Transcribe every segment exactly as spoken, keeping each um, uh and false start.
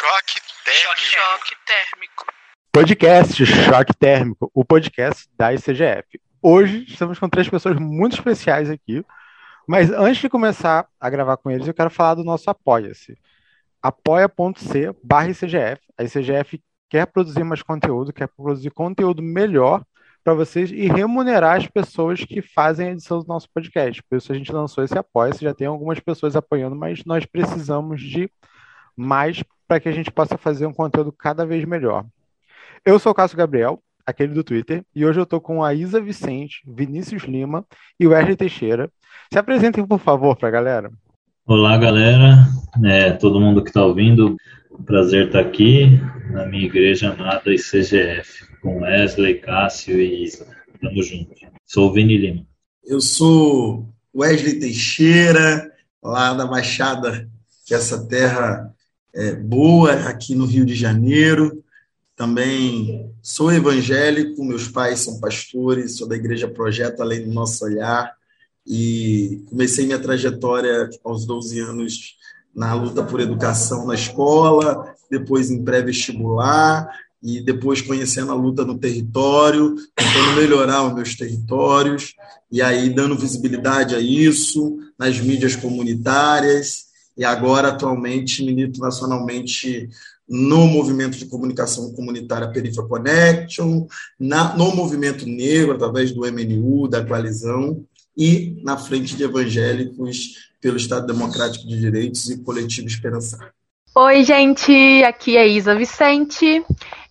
Choque térmico. Choque térmico. Podcast Choque Térmico, o podcast da I C G F. Hoje estamos com três pessoas muito especiais aqui, mas antes de começar a gravar com eles, eu quero falar do nosso Apoia-se. apoia.c barra ICGF. A I C G F quer produzir mais conteúdo, quer produzir conteúdo melhor para vocês e remunerar as pessoas que fazem a edição do nosso podcast. Por isso a gente lançou esse Apoia-se, já tem algumas pessoas apoiando, mas nós precisamos de mais para que a gente possa fazer um conteúdo cada vez melhor. Eu sou o Cássio Gabriel, aquele do Twitter, e hoje eu estou com a Isa Vicente, Vinícius Lima e o Wesley Teixeira. Se apresentem, por favor, para a galera. Olá, galera, é, todo mundo que está ouvindo, prazer estar aqui na minha igreja amada I C G F, com Wesley, Cássio e Isa. Tamo junto. Sou o Vini Lima. Eu sou Wesley Teixeira, lá da Baixada, que é essa terra é, boa, aqui no Rio de Janeiro. Também sou evangélico, meus pais são pastores, sou da Igreja Projeto Além do Nosso Olhar, e comecei minha trajetória aos doze anos na luta por educação na escola, depois em pré-vestibular, e depois conhecendo a luta no território, tentando melhorar os meus territórios, e aí dando visibilidade a isso nas mídias comunitárias, e agora atualmente milito nacionalmente no movimento de comunicação comunitária Perifa Connection, na, no movimento negro, através do M N U, da coalizão, e na frente de evangélicos pelo Estado Democrático de Direitos e Coletivo Esperançar. Oi, gente, aqui é Isa Vicente,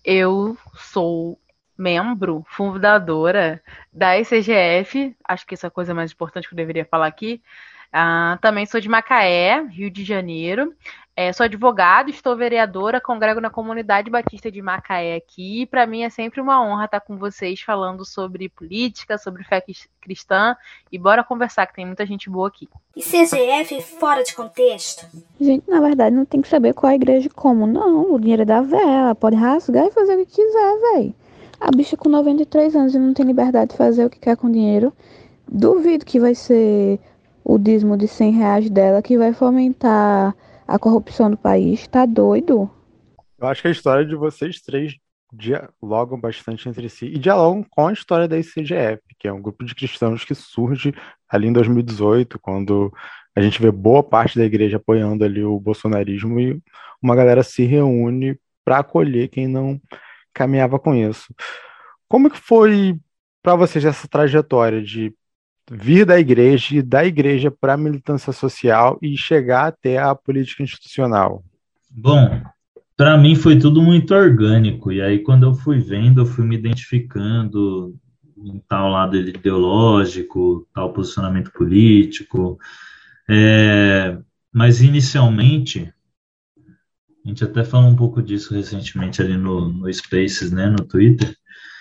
eu sou membro, fundadora da I C G F, acho que essa é a coisa mais importante que eu deveria falar aqui. Ah, também sou de Macaé, Rio de Janeiro. É, sou advogada, estou vereadora, congrego na comunidade batista de Macaé aqui. E para mim é sempre uma honra estar com vocês falando sobre política, sobre fé cristã. E bora conversar, que tem muita gente boa aqui. I C G F fora de contexto? Gente, na verdade, não tem que saber qual é a igreja e como. Não, o dinheiro é da véia. Ela pode rasgar e fazer o que quiser, velho. A bicha com noventa e três anos e não tem liberdade de fazer o que quer com dinheiro. Duvido que vai ser o dízimo de cem reais dela que vai fomentar a corrupção do país. Tá doido? Eu acho que a história de vocês três dialogam bastante entre si e dialogam com a história da I C G F, que é um grupo de cristãos que surge ali em dois mil e dezoito, quando a gente vê boa parte da igreja apoiando ali o bolsonarismo e uma galera se reúne para acolher quem não caminhava com isso. Como que foi para vocês essa trajetória de vir da igreja e da igreja para a militância social e chegar até a política institucional? Bom, para mim foi tudo muito orgânico, e aí quando eu fui vendo, eu fui me identificando em tal lado ideológico, tal posicionamento político, é, mas inicialmente, a gente até falou um pouco disso recentemente ali no, no Spaces, né, no Twitter,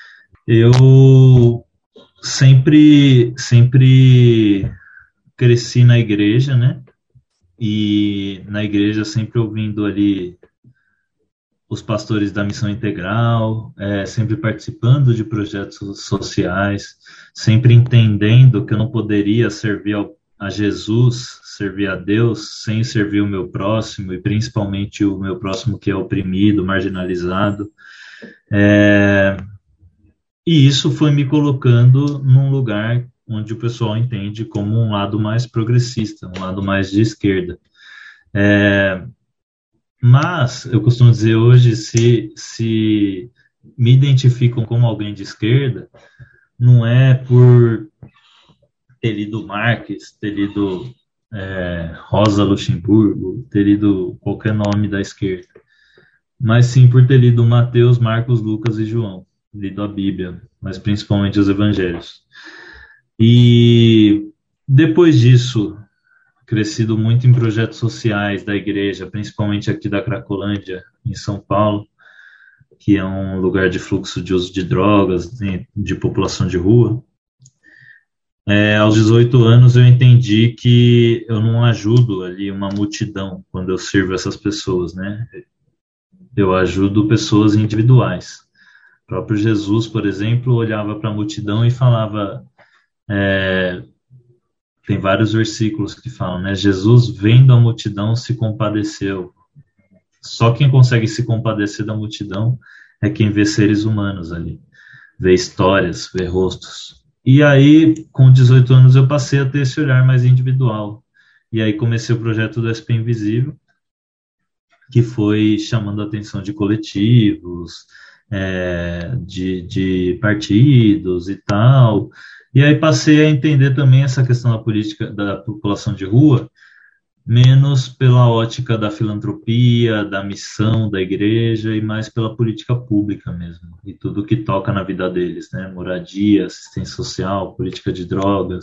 eu sempre, sempre cresci na igreja, né? E na igreja sempre ouvindo ali os pastores da Missão Integral, é, sempre participando de projetos sociais, sempre entendendo que eu não poderia servir ao, a Jesus, servir a Deus, sem servir o meu próximo, e principalmente o meu próximo que é oprimido, marginalizado. É... E isso foi me colocando num lugar onde o pessoal entende como um lado mais progressista, um lado mais de esquerda. É, mas, eu costumo dizer hoje, se, se me identificam como alguém de esquerda, não é por ter lido Marx, ter lido é, Rosa Luxemburgo, ter lido qualquer nome da esquerda, mas sim por ter lido Mateus, Marcos, Lucas e João. Lido a Bíblia, mas principalmente os evangelhos. E depois disso, crescido muito em projetos sociais da igreja, principalmente aqui da Cracolândia, em São Paulo, que é um lugar de fluxo de uso de drogas, de, de população de rua. É, aos dezoito anos eu entendi que eu não ajudo ali uma multidão quando eu sirvo essas pessoas, né? Eu ajudo pessoas individuais. O próprio Jesus, por exemplo, olhava para a multidão e falava, é, tem vários versículos que falam, né? Jesus, vendo a multidão, se compadeceu. só quem consegue se compadecer da multidão é quem vê seres humanos ali, vê histórias, vê rostos. E aí, com dezoito anos, eu passei a ter esse olhar mais individual. E aí comecei o projeto do S P Invisível, que foi chamando a atenção de coletivos, é, de, de partidos e tal. E aí passei a entender também essa questão da política da população de rua, menos pela ótica da filantropia, da missão da igreja e mais pela política pública mesmo, e tudo que toca na vida deles, né? Moradia, assistência social, política de drogas,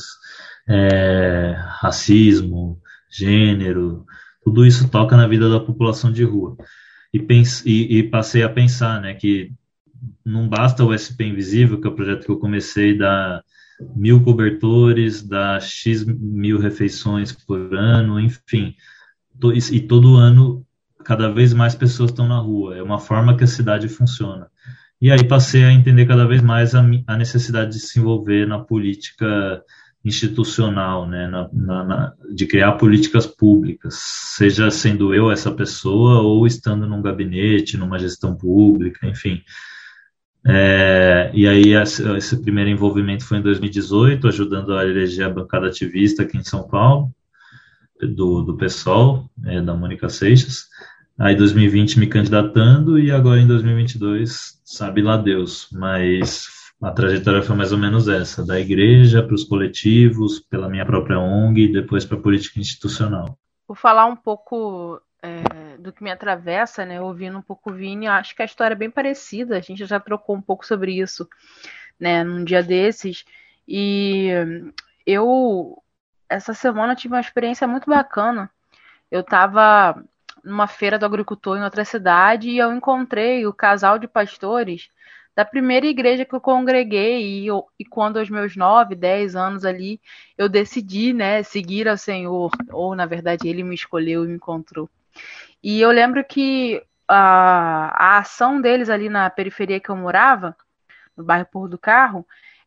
é, racismo, gênero, tudo isso toca na vida da população de rua. E, pense, e, e passei a pensar, né, que não basta o S P Invisível, que é o projeto que eu comecei da mil cobertores, dá X mil refeições por ano, enfim. E todo ano, cada vez mais pessoas estão na rua. É uma forma que a cidade funciona. E aí passei a entender cada vez mais a, a necessidade de se envolver na política institucional, né? na, na, na, de criar políticas públicas, seja sendo eu essa pessoa ou estando num gabinete, numa gestão pública, enfim. É, e aí esse, esse primeiro envolvimento foi em dois mil e dezoito, ajudando a eleger a bancada ativista aqui em São Paulo, do, do PSOL, é, da Mônica Seixas. Aí em dois mil e vinte me candidatando e agora em dois mil e vinte e dois, sabe lá Deus, mas a trajetória foi mais ou menos essa, da igreja para os coletivos, pela minha própria O N G e depois para a política institucional. Vou falar um pouco é, do que me atravessa, né? Ouvindo um pouco o Vini, acho que a história é bem parecida. A gente já trocou um pouco sobre isso, né? Num dia desses. E eu, essa semana, tive uma experiência muito bacana. Eu estava numa feira do agricultor em outra cidade e eu encontrei o casal de pastores da primeira igreja que eu congreguei, e, eu, e quando aos meus nove, dez anos ali, eu decidi, né, seguir ao Senhor, ou na verdade ele me escolheu e me encontrou. E eu lembro que a, a ação deles ali na periferia que eu morava, no bairro Porto do Carro,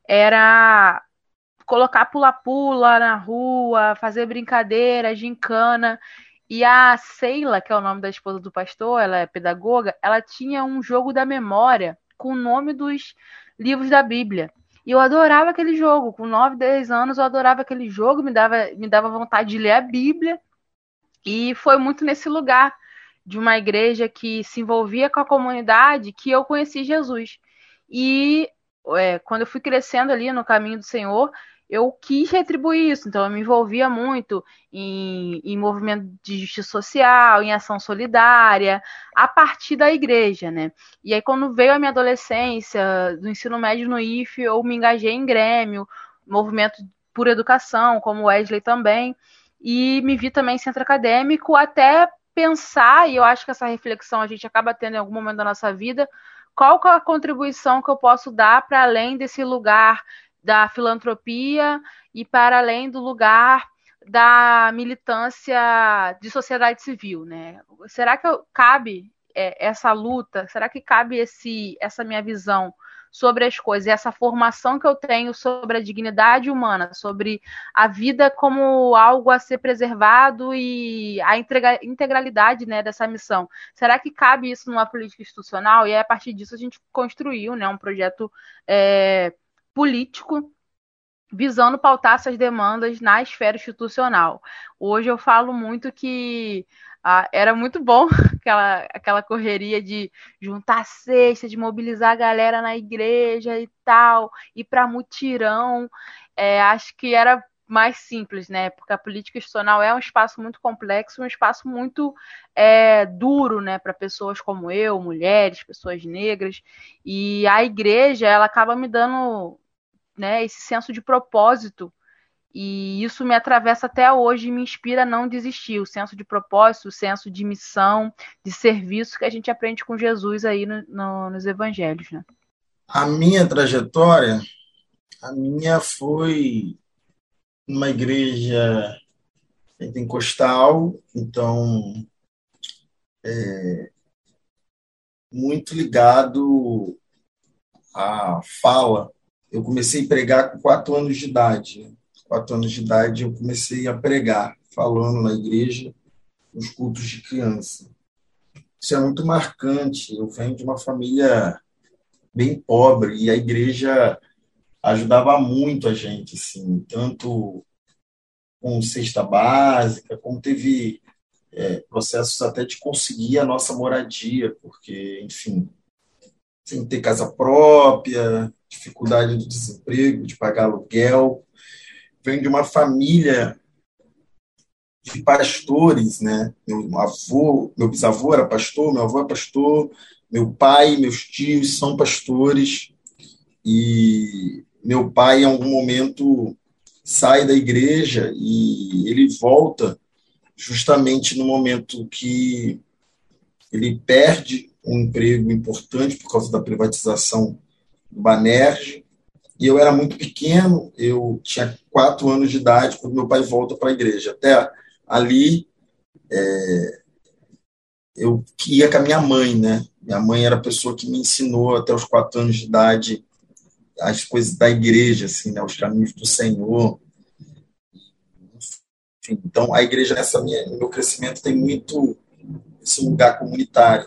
era colocar pula-pula na rua, fazer brincadeira, gincana. E a Sheila, que é o nome da esposa do pastor, ela é pedagoga, ela tinha um jogo da memória com o nome dos livros da Bíblia. E eu adorava aquele jogo. Com nove, dez anos, eu adorava aquele jogo, me dava, me dava vontade de ler a Bíblia. E foi muito nesse lugar de uma igreja que se envolvia com a comunidade que eu conheci Jesus. E é, quando eu fui crescendo ali no caminho do Senhor, eu quis retribuir isso, então eu me envolvia muito em, em movimento de justiça social, em ação solidária, a partir da igreja, né? E aí quando veio a minha adolescência, do ensino médio no I F, eu me engajei em Grêmio, movimento por educação, como o Wesley também, e me vi também em centro acadêmico, até pensar, e eu acho que essa reflexão a gente acaba tendo em algum momento da nossa vida, qual que é a contribuição que eu posso dar para além desse lugar da filantropia e para além do lugar da militância de sociedade civil, né? Será que eu, cabe é, essa luta? Será que cabe esse, essa minha visão sobre as coisas, essa formação que eu tenho sobre a dignidade humana, sobre a vida como algo a ser preservado e a integralidade, né, dessa missão? Será que cabe isso numa política institucional? E aí, a partir disso a gente construiu, né, um projeto é, político visando pautar essas demandas na esfera institucional. Hoje eu falo muito que ah, era muito bom aquela, aquela correria de juntar cesta, de mobilizar a galera na igreja e tal, ir para mutirão. É, acho que era mais simples, né? Porque a política institucional é um espaço muito complexo, um espaço muito é, duro, né, para pessoas como eu, mulheres, pessoas negras. E a igreja, ela acaba me dando, né, esse senso de propósito, e isso me atravessa até hoje e me inspira a não desistir. O senso de propósito, o senso de missão, de serviço que a gente aprende com Jesus aí no, no, nos evangelhos, né? A minha trajetória, a minha foi numa igreja pentecostal, então é, muito ligado à fala. Eu comecei a pregar com quatro anos de idade. Quatro anos de idade eu comecei a pregar, falando na igreja, nos cultos de criança. isso é muito marcante. Eu venho de uma família bem pobre e a igreja ajudava muito a gente, assim, tanto com cesta básica, como teve é, processos até de conseguir a nossa moradia, porque, enfim, sem ter casa própria, dificuldade do desemprego, de pagar aluguel. Venho de uma família de pastores, né? Meu avô, meu bisavô era pastor, meu avô é pastor, meu pai, meus tios são pastores, e meu pai, em algum momento, sai da igreja e ele volta justamente no momento que ele perde um emprego importante por causa da privatização do Banerj. E eu era muito pequeno, eu tinha quatro anos de idade quando meu pai volta para a igreja. Até ali, é, eu ia com a minha mãe, né? Minha mãe era a pessoa que me ensinou até os quatro anos de idade as coisas da igreja, assim, né? Os caminhos do Senhor. Enfim, então, a igreja, nessa minha, no meu crescimento, tem muito esse lugar comunitário.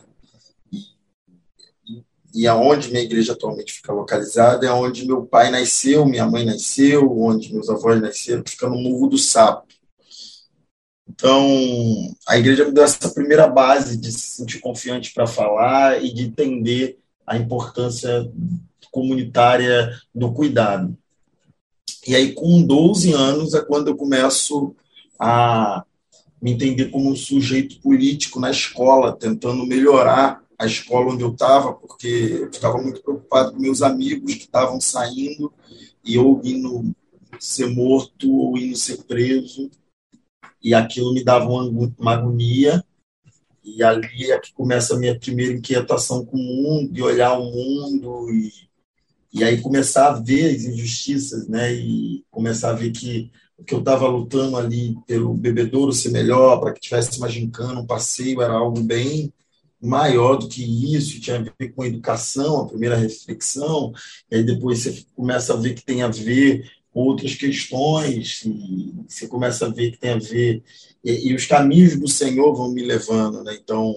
E aonde minha igreja atualmente fica localizada é onde meu pai nasceu, minha mãe nasceu, onde meus avós nasceram, que fica no Morro do Sapo. Então, a igreja me deu essa primeira base de se sentir confiante para falar e de entender a importância comunitária do cuidado. E aí, com doze anos, é quando eu começo a me entender como um sujeito político na escola, tentando melhorar a escola onde eu estava, porque eu ficava muito preocupado com meus amigos que estavam saindo e eu indo ser morto ou indo ser preso, e aquilo me dava uma agonia, e ali é que começa a minha primeira inquietação com o mundo, de olhar o mundo, e, e aí começar a ver as injustiças, né, e começar a ver que o que eu estava lutando ali pelo bebedouro ser melhor, para que tivesse uma gincana, um passeio, era algo bem maior do que isso, tinha a ver com a educação, a primeira reflexão, e aí depois você começa a ver que tem a ver com outras questões, e você começa a ver que tem a ver, e, e os caminhos do Senhor vão me levando, né? Então,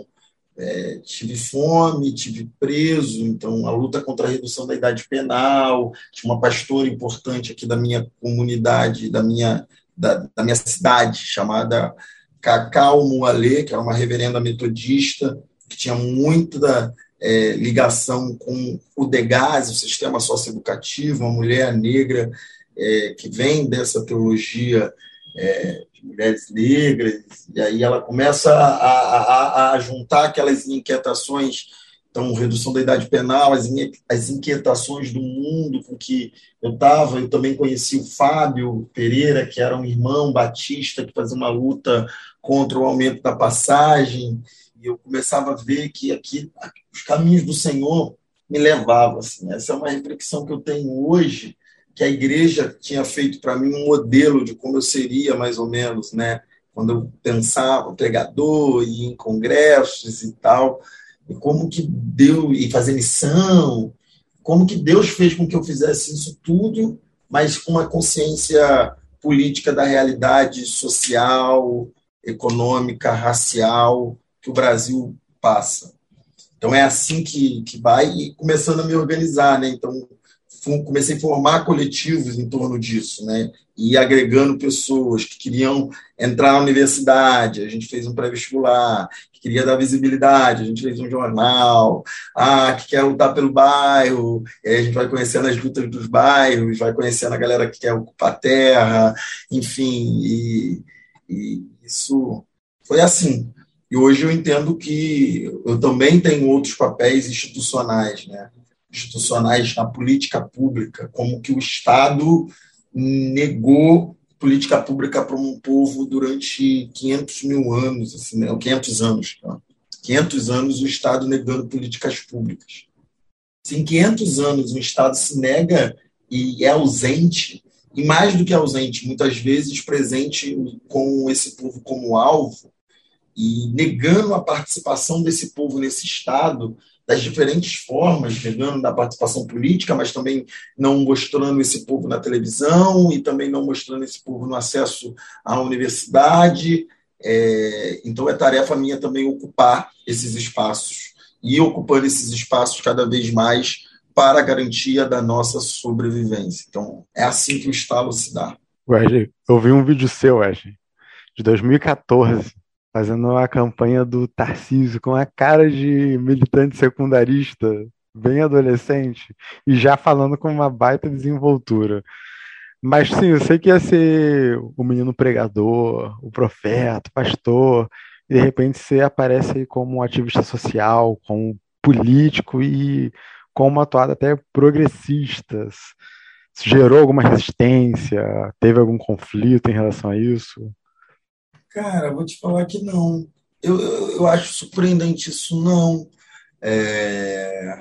é, tive fome, tive preso, então a luta contra a redução da idade penal, tinha uma pastora importante aqui da minha comunidade, da minha, da, da minha cidade, chamada Cacau Mualê, que era uma reverenda metodista, que tinha muita é, ligação com o DEGASE, o Sistema Socioeducativo, uma mulher negra é, que vem dessa teologia é, de mulheres negras, e aí ela começa a, a, a juntar aquelas inquietações, então, redução da idade penal, as, as inquietações do mundo com que eu estava. Eu também conheci o Fábio Pereira, que era um irmão batista, que fazia uma luta contra o aumento da passagem, e eu começava a ver que aqui, os caminhos do Senhor me levavam. Assim. Essa é uma reflexão que eu tenho hoje, que a igreja tinha feito para mim um modelo de como eu seria, mais ou menos, né? Quando eu pensava pregador, e em congressos e tal, e como que Deus, e fazer missão, como que Deus fez com que eu fizesse isso tudo, mas com uma consciência política da realidade social, econômica, racial, que o Brasil passa. Então, é assim que, que vai, e começando a me organizar, né? Então, comecei a formar coletivos em torno disso, né? E agregando pessoas que queriam entrar na universidade, a gente fez um pré-vestibular, que queria dar visibilidade, a gente fez um jornal, ah, que quer lutar pelo bairro, e aí a gente vai conhecendo as lutas dos bairros, vai conhecendo a galera que quer ocupar a terra, enfim, e, e isso foi assim. E hoje eu entendo que eu também tenho outros papéis institucionais, né? institucionais na política pública, como que o Estado negou política pública para um povo durante quinhentos mil anos, assim, né? quinhentos anos. Tá? quinhentos anos o Estado negando políticas públicas. Se em quinhentos anos o Estado se nega e é ausente, e mais do que ausente, muitas vezes presente com esse povo como alvo, e negando a participação desse povo nesse Estado, das diferentes formas, negando da participação política, mas também não mostrando esse povo na televisão e também não mostrando esse povo no acesso à universidade. É, então, é tarefa minha também ocupar esses espaços e ocupando esses espaços cada vez mais para a garantia da nossa sobrevivência. Então, é assim que o estalo se dá. Wesley, eu vi um vídeo seu, Wesley, de dois mil e quatorze, fazendo uma campanha do Tarcísio com a cara de militante secundarista, bem adolescente, e já falando com uma baita desenvoltura. Mas sim, eu sei que ia ser o menino pregador, o profeta, o pastor, e de repente você aparece aí como um ativista social, como político e com uma atuada até progressista. Isso gerou alguma resistência? Teve algum conflito em relação a isso? Cara, vou te falar que não. Eu, eu, eu acho surpreendente isso, não. É,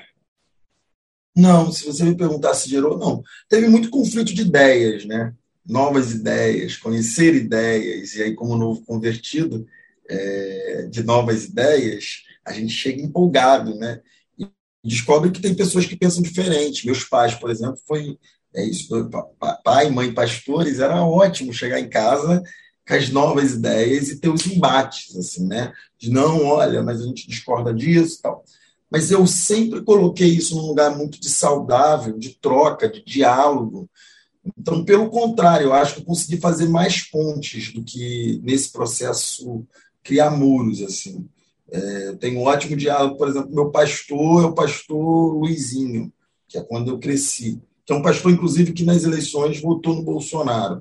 Não, se você me perguntar se gerou, não. Teve muito conflito de ideias, né? Novas ideias, conhecer ideias, e aí, como novo convertido é, de novas ideias, a gente chega empolgado, né? E descobre que tem pessoas que pensam diferente. Meus pais, por exemplo, foi é isso, pai, mãe, pastores, era ótimo chegar em casa com as novas ideias e ter os embates, assim, né? De não, olha, mas a gente discorda disso e tal. Mas eu sempre coloquei isso num lugar muito de saudável, de troca, de diálogo. Então, pelo contrário, eu acho que eu consegui fazer mais pontes do que nesse processo criar muros, assim. É, eu tenho um ótimo diálogo, por exemplo, meu pastor é o pastor Luizinho, que é quando eu cresci, que é um pastor, inclusive, que nas eleições votou no Bolsonaro.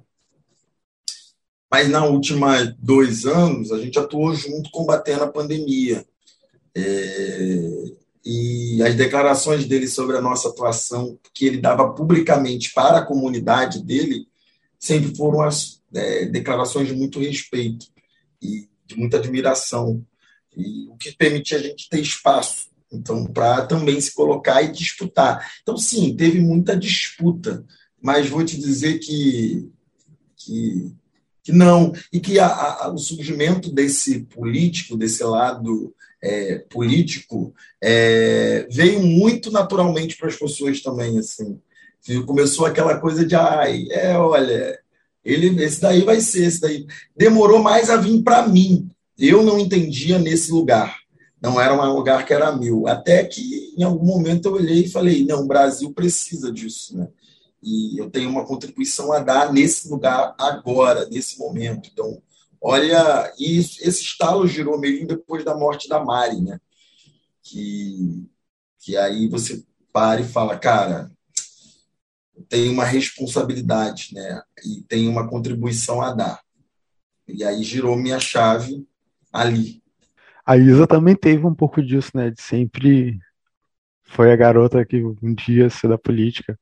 Mas na última dois anos, a gente atuou junto combatendo a pandemia. É, e as declarações dele sobre a nossa atuação, que ele dava publicamente para a comunidade dele, sempre foram as é, declarações de muito respeito e de muita admiração, e o que permitia a gente ter espaço, então, para também se colocar e disputar. Então, sim, teve muita disputa, mas vou te dizer que, que, que não, e que a, a, o surgimento desse político, desse lado É, político, é, veio muito naturalmente para as pessoas também, assim. Começou aquela coisa de, ai, é, olha, ele, esse daí vai ser, esse daí. Demorou mais a vir para mim. Eu não entendia nesse lugar. Não era um lugar que era meu. Até que, em algum momento, eu olhei e falei, não, o Brasil precisa disso, né? E eu tenho uma contribuição a dar nesse lugar agora, nesse momento. Então, olha, e esse estalo girou mesmo depois da morte da Mari, né? Que, que aí você para e fala, cara, tem uma responsabilidade, né? E tem uma contribuição a dar. E aí girou minha chave ali. A Isa também teve um pouco disso, né? De sempre foi a garota que um dia ser da política.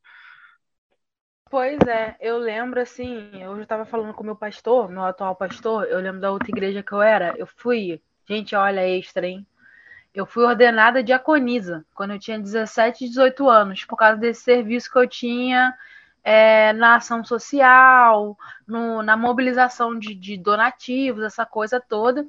Pois é, eu lembro assim, eu já estava falando com o meu pastor, meu atual pastor, eu lembro da outra igreja que eu era, eu fui, gente, olha extra, hein? Eu fui ordenada diaconisa quando eu tinha dezessete, dezoito anos, por causa desse serviço que eu tinha é, na ação social, no, na mobilização de, de donativos, essa coisa toda.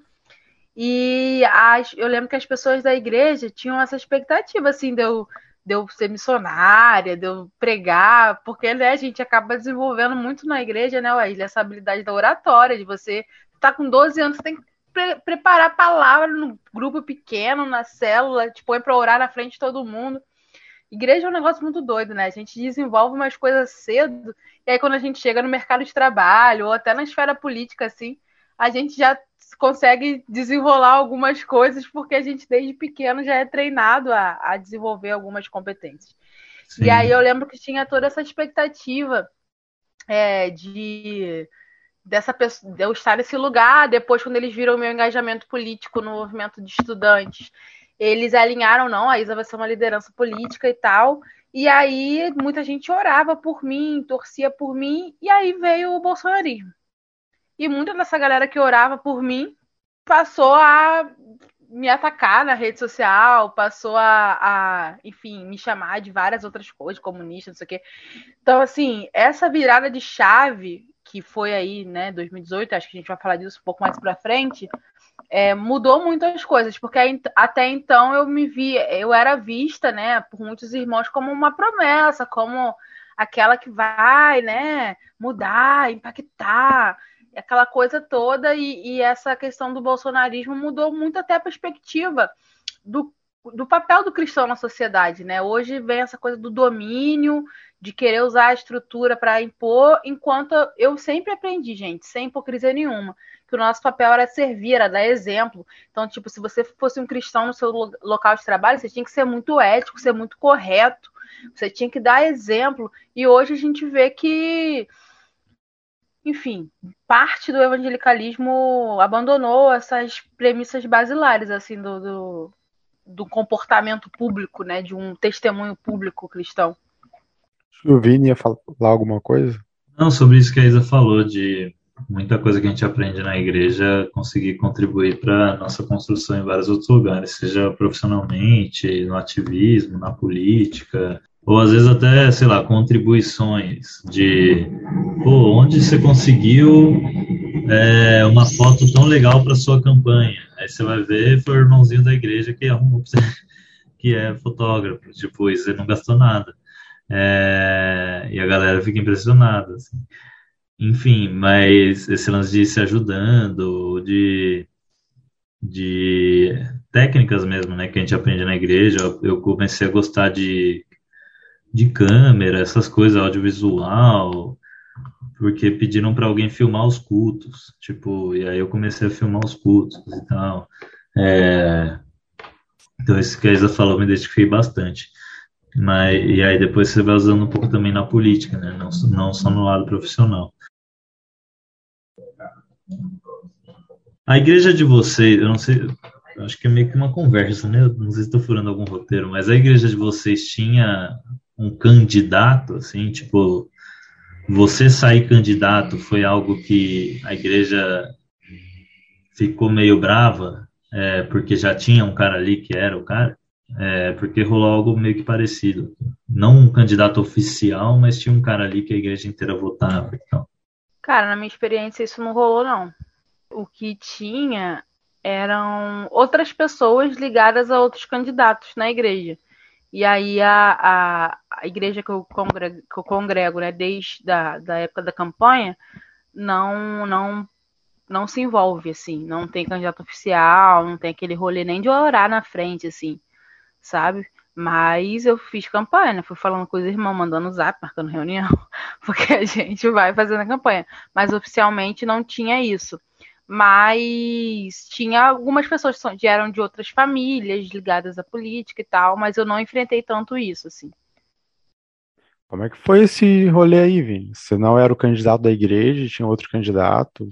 E as, eu lembro que as pessoas da igreja tinham essa expectativa, assim, de eu, de eu ser missionária, de eu pregar, porque, né, a gente acaba desenvolvendo muito na igreja, né, Wesley, essa habilidade da oratória, de você estar com doze anos, você tem que pre- preparar a palavra no grupo pequeno, na célula, te põe para orar na frente de todo mundo. Igreja é um negócio muito doido, né? A gente desenvolve umas coisas cedo, e aí quando a gente chega no mercado de trabalho, ou até na esfera política, assim, a gente já consegue desenrolar algumas coisas, porque a gente desde pequeno já é treinado a, a desenvolver algumas competências. Sim. E aí eu lembro que tinha toda essa expectativa é, de, dessa pessoa, de eu estar nesse lugar. Depois, quando eles viram o meu engajamento político no movimento de estudantes, eles alinharam, não, a Isa vai ser uma liderança política e tal. E aí muita gente orava por mim, torcia por mim, e aí veio o bolsonarismo. E muita dessa galera que orava por mim passou a me atacar na rede social, passou a, a, enfim, me chamar de várias outras coisas, comunista, não sei o quê. Então, assim, essa virada de chave, que foi aí, né, dois mil e dezoito, acho que a gente vai falar disso um pouco mais pra frente, é, mudou muito as coisas, porque até então eu me vi, eu era vista, né, por muitos irmãos como uma promessa, como aquela que vai, né, mudar, impactar. aquela coisa toda, e, e essa questão do bolsonarismo mudou muito até a perspectiva do, do papel do cristão na sociedade, né? Hoje vem essa coisa do domínio, de querer usar a estrutura para impor, enquanto eu sempre aprendi, gente, sem hipocrisia nenhuma, que o nosso papel era servir, era dar exemplo. Então, tipo, se você fosse um cristão no seu local de trabalho, você tinha que ser muito ético, ser muito correto, você tinha que dar exemplo, e hoje a gente vê que, enfim, parte do evangelicalismo abandonou essas premissas basilares, assim, do, do, do comportamento público, né, de um testemunho público cristão. O Vini ia falar alguma coisa? Não, sobre isso que a Isa falou, de muita coisa que a gente aprende na igreja conseguir contribuir para a nossa construção em vários outros lugares, seja profissionalmente, no ativismo, na política, ou às vezes até, sei lá, contribuições de, pô, onde você conseguiu é, uma foto tão legal para sua campanha? Aí você vai ver, foi o irmãozinho da igreja que arrumou pra você, que é fotógrafo, tipo, e você não gastou nada. É, e a galera fica impressionada, assim. Enfim, mas esse lance de se ajudando, de, de técnicas mesmo, né, que a gente aprende na igreja, eu comecei a gostar de, de câmera, essas coisas, audiovisual, porque pediram para alguém filmar os cultos, tipo, e aí eu comecei a filmar os cultos e tal. É, então isso que a Isa falou, me identifiquei bastante. Mas, e aí depois você vai usando um pouco também na política, né? Não, não só no lado profissional. A igreja de vocês, eu não sei, eu acho que é meio que uma conversa, né? Eu não sei se estou furando algum roteiro, mas a igreja de vocês tinha um candidato, assim, tipo, você sair candidato foi algo que a igreja ficou meio brava, é, porque já tinha um cara ali que era o cara? É, porque rolou algo meio que parecido. Não um candidato oficial, mas tinha um cara ali que a igreja inteira votava. Então. Cara, na minha experiência isso não rolou, não. O que tinha eram outras pessoas ligadas a outros candidatos na igreja. E aí a, a, a igreja que eu congrego, que eu congrego, né, desde a da época da campanha, não, não, não se envolve, assim. Não tem candidato oficial, não tem aquele rolê nem de orar na frente, assim. Sabe? Mas eu fiz campanha, né? Fui falando com os irmãos, mandando zap, marcando reunião, porque a gente vai fazendo a campanha. Mas oficialmente não tinha isso. Mas tinha algumas pessoas que eram de outras famílias ligadas à política e tal, mas eu não enfrentei tanto isso, assim. Como é que foi esse rolê aí, Vini? Você não era o candidato da igreja, tinha outro candidato?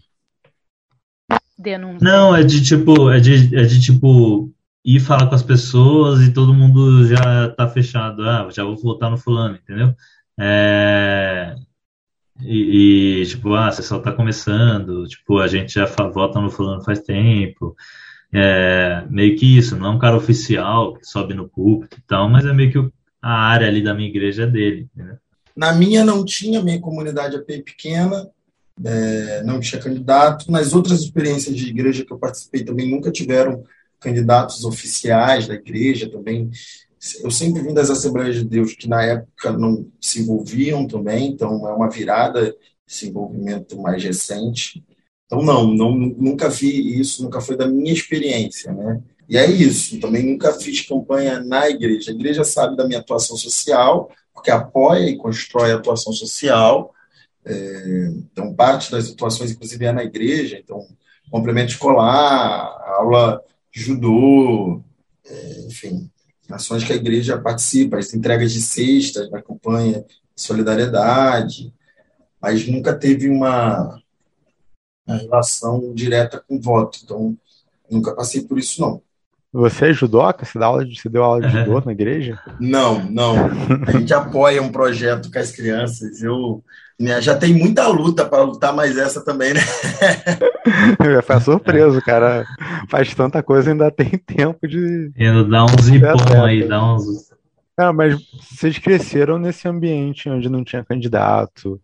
Denúncia. Não, é de tipo, é de, é de tipo ir falar com as pessoas e todo mundo já tá fechado. Ah, já vou votar no fulano, entendeu? É, e, e, tipo, ah, você só tá começando, tipo, a gente já fa- vota no fulano faz tempo. É, meio que isso, não é um cara oficial que sobe no púlpito e tal, mas é meio que o- a área ali da minha igreja é dele, entendeu? Na minha não tinha, minha comunidade é bem pequena, é, não tinha candidato. Nas outras experiências de igreja que eu participei também nunca tiveram candidatos oficiais da igreja também. Eu sempre vim das Assembleias de Deus que na época não se envolviam também, então é uma virada, esse envolvimento mais recente. Então não, não nunca vi isso, nunca foi da minha experiência, né? E é isso, também nunca fiz campanha na igreja. A igreja sabe da minha atuação social, porque apoia e constrói a atuação social. É, então, parte das atuações, inclusive, é na igreja. Então, complemento escolar, aula de judô, é, enfim, ações que a igreja participa, as entregas de cestas na campanha de solidariedade, mas nunca teve uma, uma relação direta com voto. Então, nunca passei por isso, não. Você é judoca? Você dá aula de, você deu aula de judô na igreja? Não, não. A gente apoia um projeto com as crianças. Eu né, já tem muita luta para lutar, mais essa também, né? Eu ia ficar surpreso, cara. Faz tanta coisa, ainda tem tempo de. Ainda dá uns ipom aí, dá uns. Cara, mas vocês cresceram nesse ambiente onde não tinha candidato,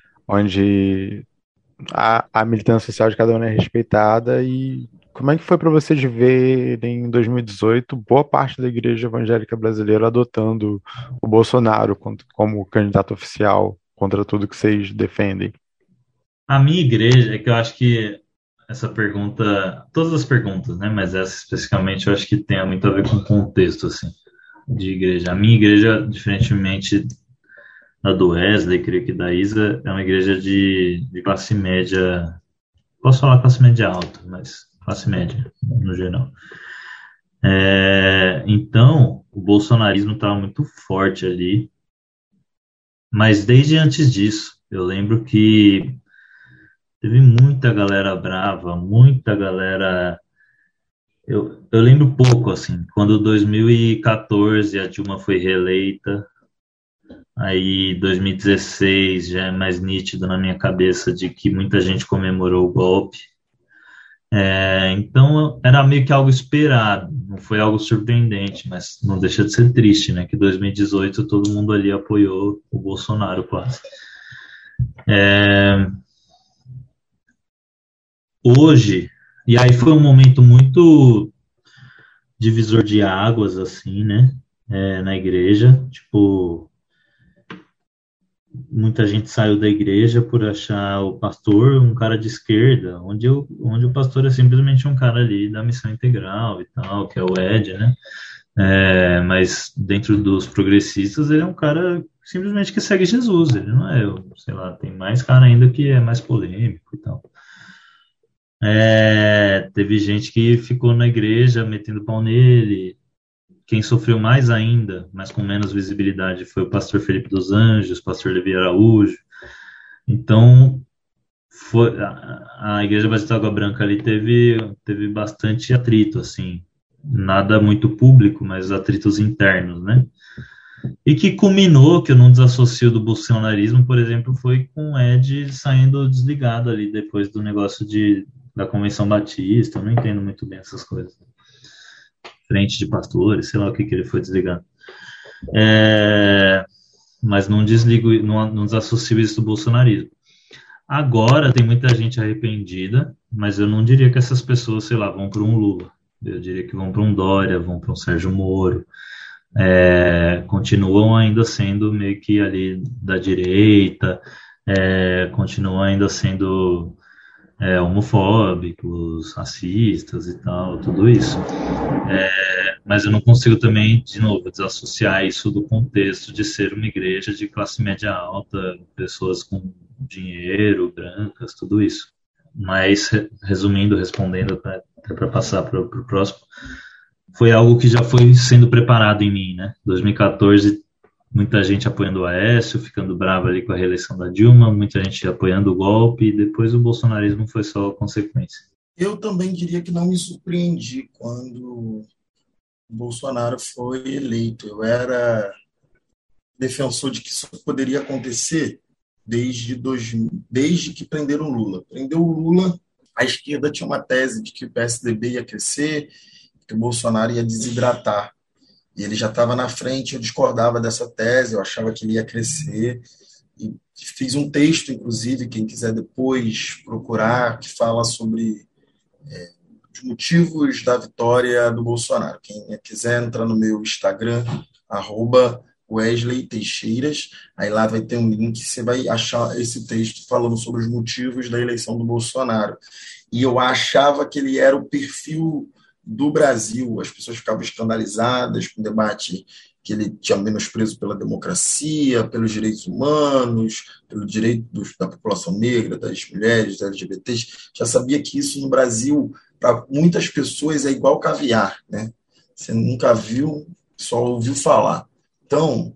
onde a, a militância social de cada um é respeitada. E como é que foi para vocês ver em dois mil e dezoito boa parte da igreja evangélica brasileira adotando o Bolsonaro como, como candidato oficial contra tudo que vocês defendem? A minha igreja, é que eu acho que essa pergunta, todas as perguntas, né, mas essa especificamente eu acho que tem muito a ver com o contexto, assim, de igreja. A minha igreja, diferentemente da do Wesley, creio que da Isa, é uma igreja de, de classe média, posso falar classe média alta, mas classe média, no geral. É, então, o bolsonarismo estava muito forte ali, mas desde antes disso, eu lembro que teve muita galera brava, muita galera. Eu, eu lembro pouco, assim, quando dois mil e quatorze a Dilma foi reeleita, aí dois mil e dezesseis já é mais nítido na minha cabeça de que muita gente comemorou o golpe. É, então era meio que algo esperado, não foi algo surpreendente, mas não deixa de ser triste, né? Que dois mil e dezoito todo mundo ali apoiou o Bolsonaro quase. É, hoje, e aí foi um momento muito divisor de águas, assim, né? É, na igreja, tipo, muita gente saiu da igreja por achar o pastor um cara de esquerda, onde, eu, onde o pastor é simplesmente um cara ali da missão integral e tal, que é o Ed, né? É, mas dentro dos progressistas ele é um cara simplesmente que segue Jesus, ele não é, sei lá, tem mais cara ainda que é mais polêmico e tal. É, teve gente que ficou na igreja metendo pau nele. Quem sofreu mais ainda, mas com menos visibilidade, foi o pastor Felipe dos Anjos, o pastor Levi Araújo. Então, foi, a, a Igreja Batista Água Branca ali teve, teve bastante atrito, assim. Nada muito público, mas atritos internos, né? E que culminou, que eu não desassocio do bolsonarismo, por exemplo, foi com o Ed saindo desligado ali depois do negócio de, da Convenção Batista. Eu não entendo muito bem essas coisas. Frente de pastores, sei lá o que que ele foi desligado. É, mas não desligo, não, não desassocio isso do bolsonarismo. Agora tem muita gente arrependida, mas eu não diria que essas pessoas, sei lá, vão para um Lula. Eu diria que vão para um Dória, vão para um Sérgio Moro. É, continuam ainda sendo meio que ali da direita, é, continuam ainda sendo é, homofóbicos, racistas e tal, tudo isso. É, mas eu não consigo também, de novo, desassociar isso do contexto de ser uma igreja de classe média alta, pessoas com dinheiro, brancas, tudo isso. Mas, resumindo, respondendo, para passar para o próximo, foi algo que já foi sendo preparado em mim, né? dois mil e quatorze, muita gente apoiando o Aécio, ficando brava ali com a reeleição da Dilma, muita gente apoiando o golpe, e depois o bolsonarismo foi só a consequência. Eu também diria que não me surpreendi quando o Bolsonaro foi eleito. Eu era defensor de que isso poderia acontecer desde, dois, desde que prenderam o Lula. Prendeu o Lula, a esquerda tinha uma tese de que o P S D B ia crescer, que o Bolsonaro ia desidratar. E ele já estava na frente, eu discordava dessa tese, eu achava que ele ia crescer. E fiz um texto, inclusive, quem quiser depois procurar, que fala sobre é, os motivos da vitória do Bolsonaro. Quem quiser entrar no meu Instagram, arroba Wesley Teixeiras, aí lá vai ter um link, você vai achar esse texto falando sobre os motivos da eleição do Bolsonaro. E eu achava que ele era o perfil do Brasil, as pessoas ficavam escandalizadas com o debate que ele tinha menosprezo pela democracia, pelos direitos humanos, pelo direito dos, da população negra, das mulheres, das L G B Ts. Já sabia que isso no Brasil, para muitas pessoas, é igual caviar, né? Você nunca viu, só ouviu falar. Então,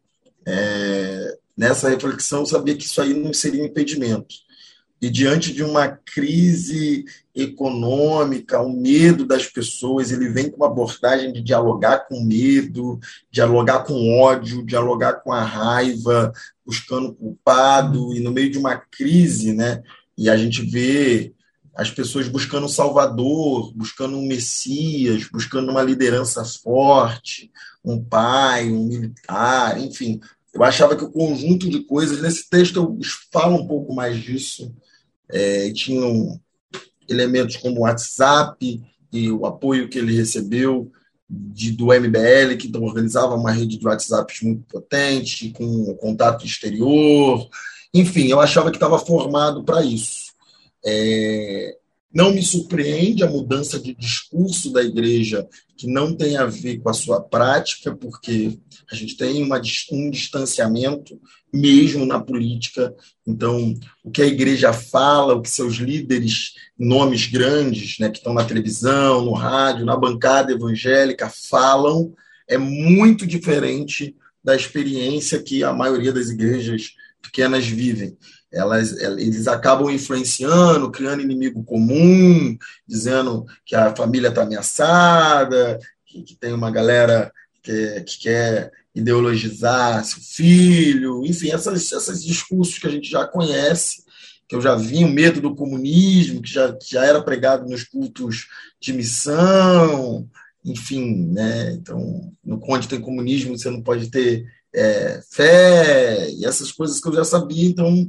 é, nessa reflexão, eu sabia que isso aí não seria um impedimento. E diante de uma crise econômica, o medo das pessoas, ele vem com uma abordagem de dialogar com medo, dialogar com ódio, dialogar com a raiva, buscando culpado, e no meio de uma crise, né? E a gente vê as pessoas buscando um salvador, buscando um messias, buscando uma liderança forte, um pai, um militar, enfim. Eu achava que o conjunto de coisas, nesse texto eu falo um pouco mais disso, é, tinham elementos como o WhatsApp e o apoio que ele recebeu de, do M B L, que então organizava uma rede de WhatsApp muito potente, com contato exterior. Enfim, eu achava que estava formado para isso. É, não me surpreende a mudança de discurso da igreja, que não tem a ver com a sua prática, porque a gente tem uma, um distanciamento mesmo na política. Então, o que a igreja fala, o que seus líderes, nomes grandes, né, que estão na televisão, no rádio, na bancada evangélica, falam, é muito diferente da experiência que a maioria das igrejas pequenas vivem. Elas, eles acabam influenciando, criando inimigo comum, dizendo que a família está ameaçada, que, que tem uma galera que, que quer ideologizar seu filho, enfim, essas, esses discursos que a gente já conhece, que eu já vi, o medo do comunismo, que já, já era pregado nos cultos de missão, enfim, né? Então, no Onde tem comunismo, você não pode ter é, fé, e essas coisas que eu já sabia, então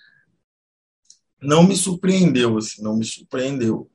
não me surpreendeu, assim, não me surpreendeu.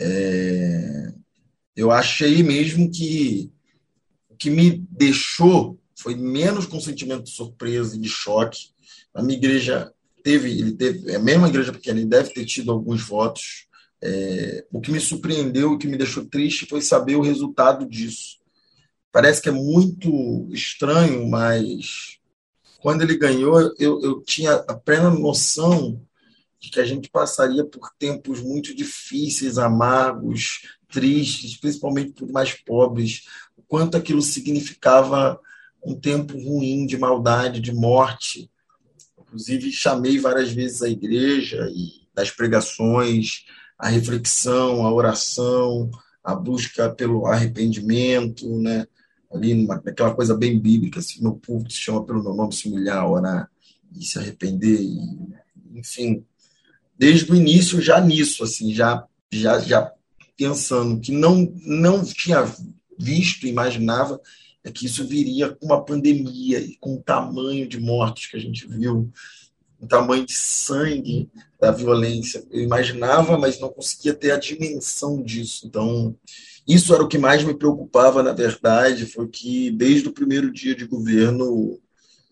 É, eu achei mesmo que o que me deixou foi menos com sentimento de surpresa e de choque. A minha igreja teve, ele teve, a mesma igreja pequena, ele deve ter tido alguns votos. É, o que me surpreendeu e que me deixou triste foi saber o resultado disso. Parece que é muito estranho, mas quando ele ganhou, eu, eu tinha a plena noção de que a gente passaria por tempos muito difíceis, amargos, tristes, principalmente para os mais pobres, o quanto aquilo significava um tempo ruim de maldade, de morte. Inclusive, chamei várias vezes a igreja e das pregações, a reflexão, a oração, a busca pelo arrependimento, né? Ali naquela coisa bem bíblica, assim, meu povo que se chama pelo meu nome, se humilhar, orar e se arrepender, e, enfim, desde o início já nisso, assim, já, já, já pensando que não, não tinha visto, imaginava, é que isso viria com uma pandemia e com o tamanho de mortes que a gente viu, o tamanho de sangue da violência. Eu imaginava, mas não conseguia ter a dimensão disso. Então, isso era o que mais me preocupava, na verdade, foi que desde o primeiro dia de governo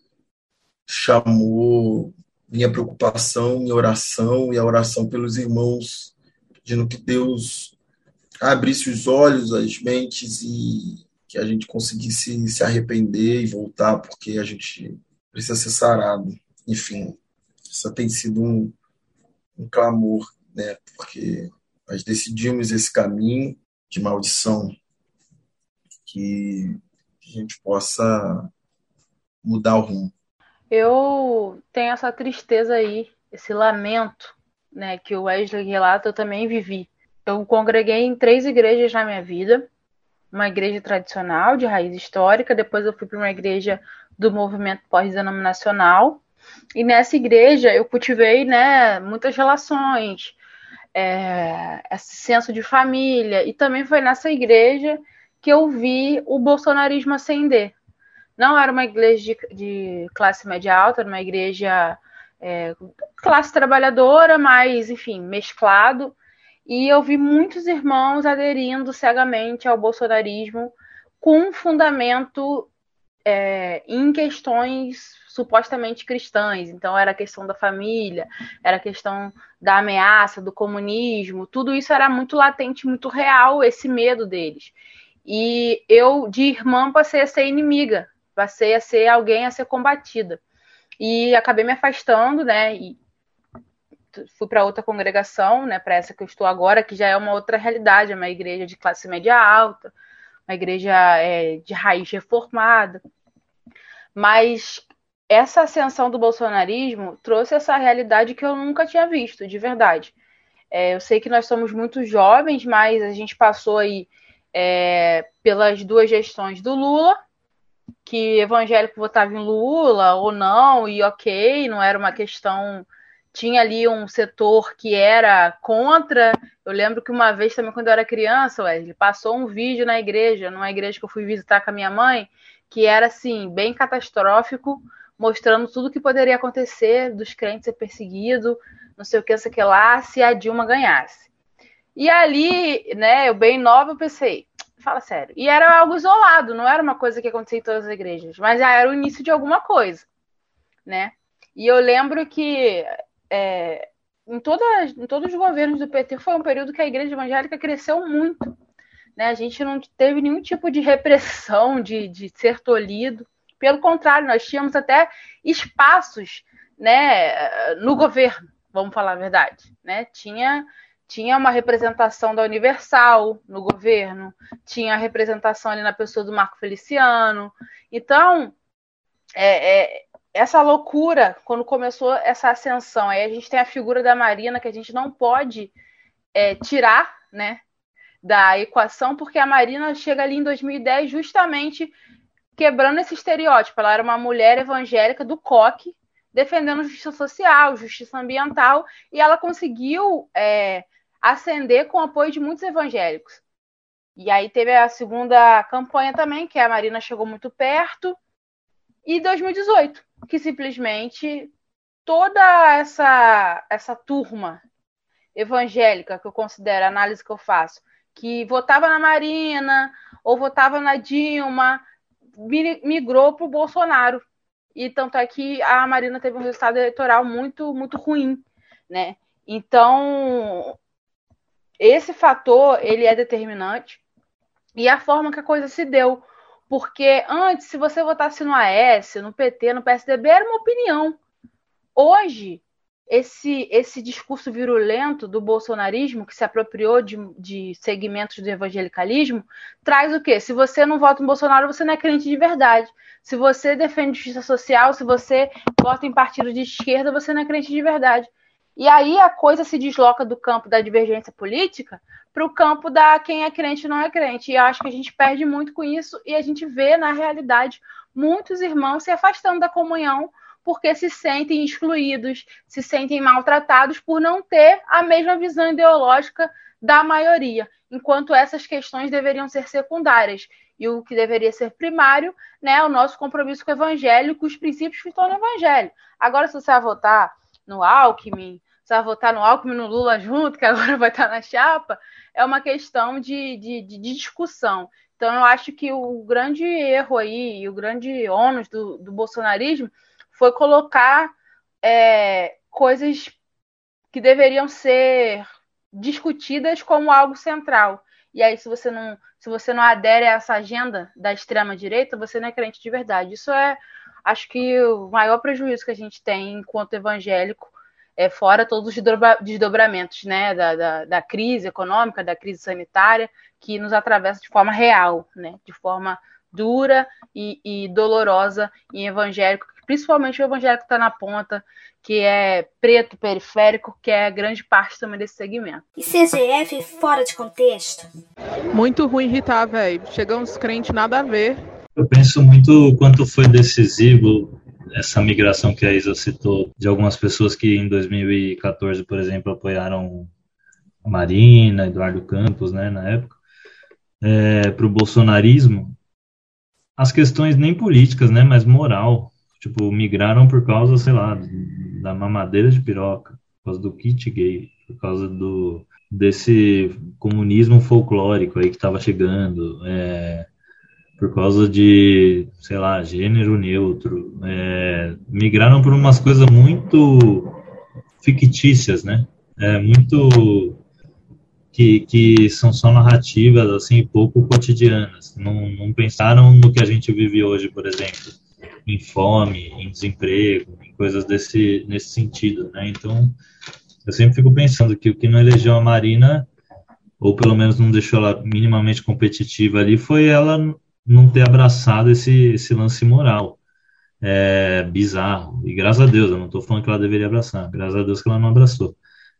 chamou minha preocupação, minha oração e a oração pelos irmãos, pedindo que Deus abrisse os olhos, as mentes e que a gente conseguisse se arrepender e voltar, porque a gente precisa ser sarado. Enfim, isso tem sido um, um clamor, né? Porque nós decidimos esse caminho de maldição, que a gente possa mudar o rumo. Eu tenho essa tristeza aí, esse lamento, né, que o Wesley relata, eu também vivi. Eu congreguei em três igrejas na minha vida, uma igreja tradicional, de raiz histórica, depois eu fui para uma igreja do movimento pós-denominacional, e nessa igreja eu cultivei, né, muitas relações, é, esse senso de família, e também foi nessa igreja que eu vi o bolsonarismo ascender. Não era uma igreja de, de classe média alta, era uma igreja é, classe trabalhadora, mas, enfim, mesclado. E eu vi muitos irmãos aderindo cegamente ao bolsonarismo com fundamento é, em questões supostamente cristãs. Então, era a questão da família, era a questão da ameaça, do comunismo. Tudo isso era muito latente, muito real, esse medo deles. E eu, de irmã, passei a ser inimiga. Passei a ser alguém a ser combatida. E acabei me afastando, né? E fui para outra congregação, né? Para essa que eu estou agora, que já é uma outra realidade. É uma igreja de classe média alta, uma igreja é, de raiz reformada. Mas essa ascensão do bolsonarismo trouxe essa realidade que eu nunca tinha visto, de verdade. É, eu sei que nós somos muito jovens, mas a gente passou aí é, pelas duas gestões do Lula, que evangélico votava em Lula ou não, e ok, não era uma questão... Tinha ali um setor que era contra. Eu lembro que uma vez também, quando eu era criança, Wesley, passou um vídeo na igreja, numa igreja que eu fui visitar com a minha mãe, que era, assim, bem catastrófico, mostrando tudo que poderia acontecer dos crentes ser perseguidos, não sei o que, não sei o que lá, se a Dilma ganhasse. E ali, né, eu bem nova, eu pensei... Fala sério. E era algo isolado, não era uma coisa que acontecia em todas as igrejas, mas já era o início de alguma coisa, né? E eu lembro que é, em, todas, em todos os governos do P T foi um período que a igreja evangélica cresceu muito. Né? A gente não teve nenhum tipo de repressão, de, de ser tolhido. Pelo contrário, nós tínhamos até espaços, né, no governo, vamos falar a verdade. Né? Tinha, tinha uma representação da Universal no governo, tinha a representação ali na pessoa do Marco Feliciano. Então, é, é, essa loucura, quando começou essa ascensão, aí a gente tem a figura da Marina, que a gente não pode é, tirar, né, da equação, porque a Marina chega ali em dois mil e dez justamente quebrando esse estereótipo. Ela era uma mulher evangélica do coque, defendendo justiça social, justiça ambiental, e ela conseguiu é, ascender com o apoio de muitos evangélicos. E aí teve a segunda campanha também, que a Marina chegou muito perto, e dois mil e dezoito, que simplesmente toda essa, essa turma evangélica, que eu considero, a análise que eu faço, que votava na Marina ou votava na Dilma, migrou para o Bolsonaro. E tanto é que a Marina teve um resultado eleitoral muito, muito ruim, né? Então, esse fator, ele é determinante. E a forma que a coisa se deu. Porque antes, se você votasse no Aécio, no P T, no P S D B, era uma opinião. Hoje, esse, esse discurso virulento do bolsonarismo, que se apropriou de, de segmentos do evangelicalismo, traz o quê? Se você não vota no Bolsonaro, você não é crente de verdade. Se você defende justiça social, se você vota em partido de esquerda, você não é crente de verdade. E aí a coisa se desloca do campo da divergência política para o campo da quem é crente e não é crente. E eu acho que a gente perde muito com isso e a gente vê, na realidade, muitos irmãos se afastando da comunhão porque se sentem excluídos, se sentem maltratados por não ter a mesma visão ideológica da maioria, enquanto essas questões deveriam ser secundárias. E o que deveria ser primário, né, é o nosso compromisso com o evangelho, com os princípios que estão no evangelho. Agora, se você vai votar no Alckmin, se vai votar no Alckmin e no Lula junto, que agora vai estar na chapa, é uma questão de, de, de discussão. Então, eu acho que o grande erro aí, e o grande ônus do, do bolsonarismo foi colocar é, coisas que deveriam ser discutidas como algo central. E aí, se você não, se você não adere a essa agenda da extrema-direita, você não é crente de verdade. Isso é, acho que, o maior prejuízo que a gente tem enquanto evangélico, é, fora todos os desdobramentos, né, da, da, da crise econômica, da crise sanitária, que nos atravessa de forma real, né, de forma dura e, e dolorosa em evangélico, principalmente o evangélico que está na ponta, que é preto, periférico, que é grande parte também desse segmento. E C G F fora de contexto? Muito ruim irritar, velho. Chegam uns crentes nada a ver. Eu penso muito o quanto foi decisivo essa migração que a Isa citou, de algumas pessoas que em dois mil e quatorze, por exemplo, apoiaram a Marina, Eduardo Campos, né, na época, é, para o bolsonarismo, as questões nem políticas, né, mas moral. Tipo, migraram por causa, sei lá, da mamadeira de piroca, por causa do kit gay, por causa do, desse comunismo folclórico aí que estava chegando, é, por causa de, sei lá, gênero neutro. É, migraram por umas coisas muito fictícias, né? É, muito que, que são só narrativas, assim, pouco cotidianas. Não, não pensaram no que a gente vive hoje, por exemplo, em fome, em desemprego, em coisas desse, nesse sentido, né? Então, eu sempre fico pensando que o que não elegeu a Marina, ou pelo menos não deixou ela minimamente competitiva ali, foi ela não ter abraçado esse, esse lance moral. É bizarro. E graças a Deus, eu não estou falando que ela deveria abraçar, graças a Deus que ela não abraçou.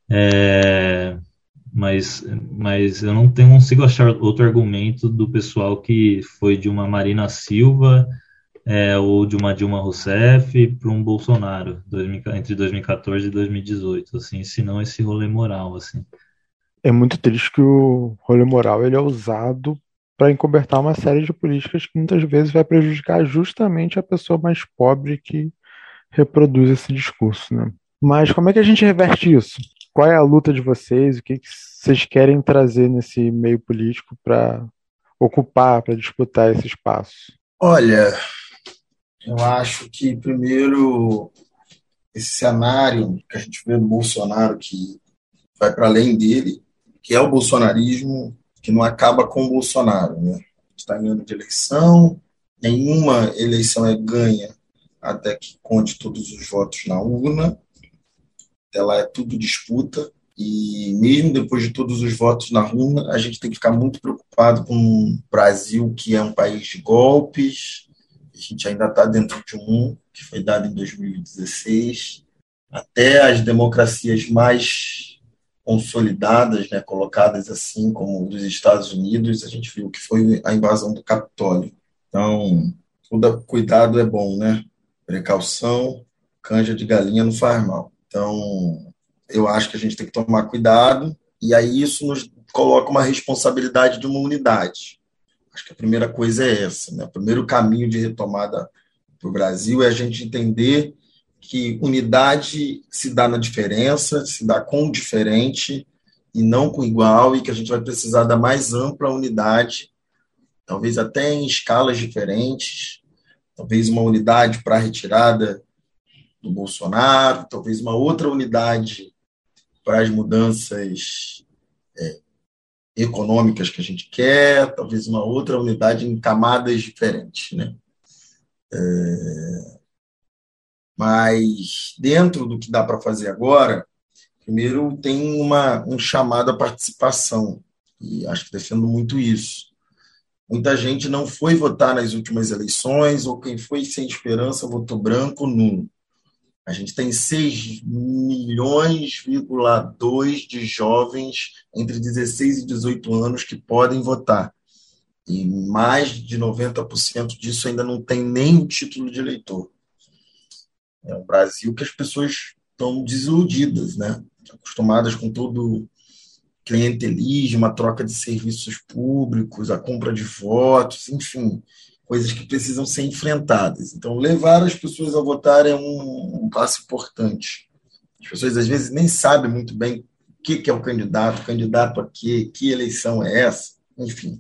É, mas, mas eu não tenho, consigo achar outro argumento do pessoal que foi de uma Marina Silva, É, ou de uma Dilma Rousseff para um Bolsonaro, dois mil, entre dois mil e quatorze e dois mil e dezoito, assim, se não esse rolê moral, assim. É muito triste que o rolê moral ele é usado para encobertar uma série de políticas que muitas vezes vai prejudicar justamente a pessoa mais pobre que reproduz esse discurso, né? Mas como é que a gente reverte isso? Qual é a luta de vocês? O que que vocês querem trazer nesse meio político para ocupar, para disputar esse espaço? Olha, eu acho que primeiro esse cenário que a gente vê do Bolsonaro, que vai para além dele, que é o bolsonarismo, que não acaba com o Bolsonaro, né? Está em ano de eleição, nenhuma eleição é ganha até que conte todos os votos na urna, até lá é tudo disputa, e mesmo depois de todos os votos na urna, a gente tem que ficar muito preocupado com o Brasil, que é um país de golpes. A gente ainda está dentro de um que foi dado em dois mil e dezesseis. Até as democracias mais consolidadas, né, colocadas assim, como dos Estados Unidos, a gente viu que foi a invasão do Capitólio. Então, todo cuidado é bom, né? Precaução, canja de galinha não faz mal. Então, eu acho que a gente tem que tomar cuidado, e aí isso nos coloca uma responsabilidade de uma unidade. Acho que a primeira coisa é essa, né? O primeiro caminho de retomada para o Brasil é a gente entender que unidade se dá na diferença, se dá com o diferente e não com o igual, e que a gente vai precisar da mais ampla unidade, talvez até em escalas diferentes, talvez uma unidade para a retirada do Bolsonaro, talvez uma outra unidade para as mudanças é, econômicas que a gente quer, talvez uma outra unidade em camadas diferentes, né? É, mas dentro do que dá para fazer agora, primeiro tem uma, um chamado à participação, e acho que defendo muito isso. Muita gente não foi votar nas últimas eleições, ou quem foi sem esperança votou branco, nulo. A gente tem seis milhões vírgula dois de jovens entre dezesseis e dezoito anos que podem votar. E mais de noventa por cento disso ainda não tem nem o título de eleitor. É um Brasil que as pessoas estão desiludidas, né? Acostumadas com todo clientelismo, a troca de serviços públicos, a compra de votos, enfim, coisas que precisam ser enfrentadas. Então, levar as pessoas a votar é um, um passo importante. As pessoas, às vezes, nem sabem muito bem o que, que é o candidato, candidato a quê, que eleição é essa, enfim.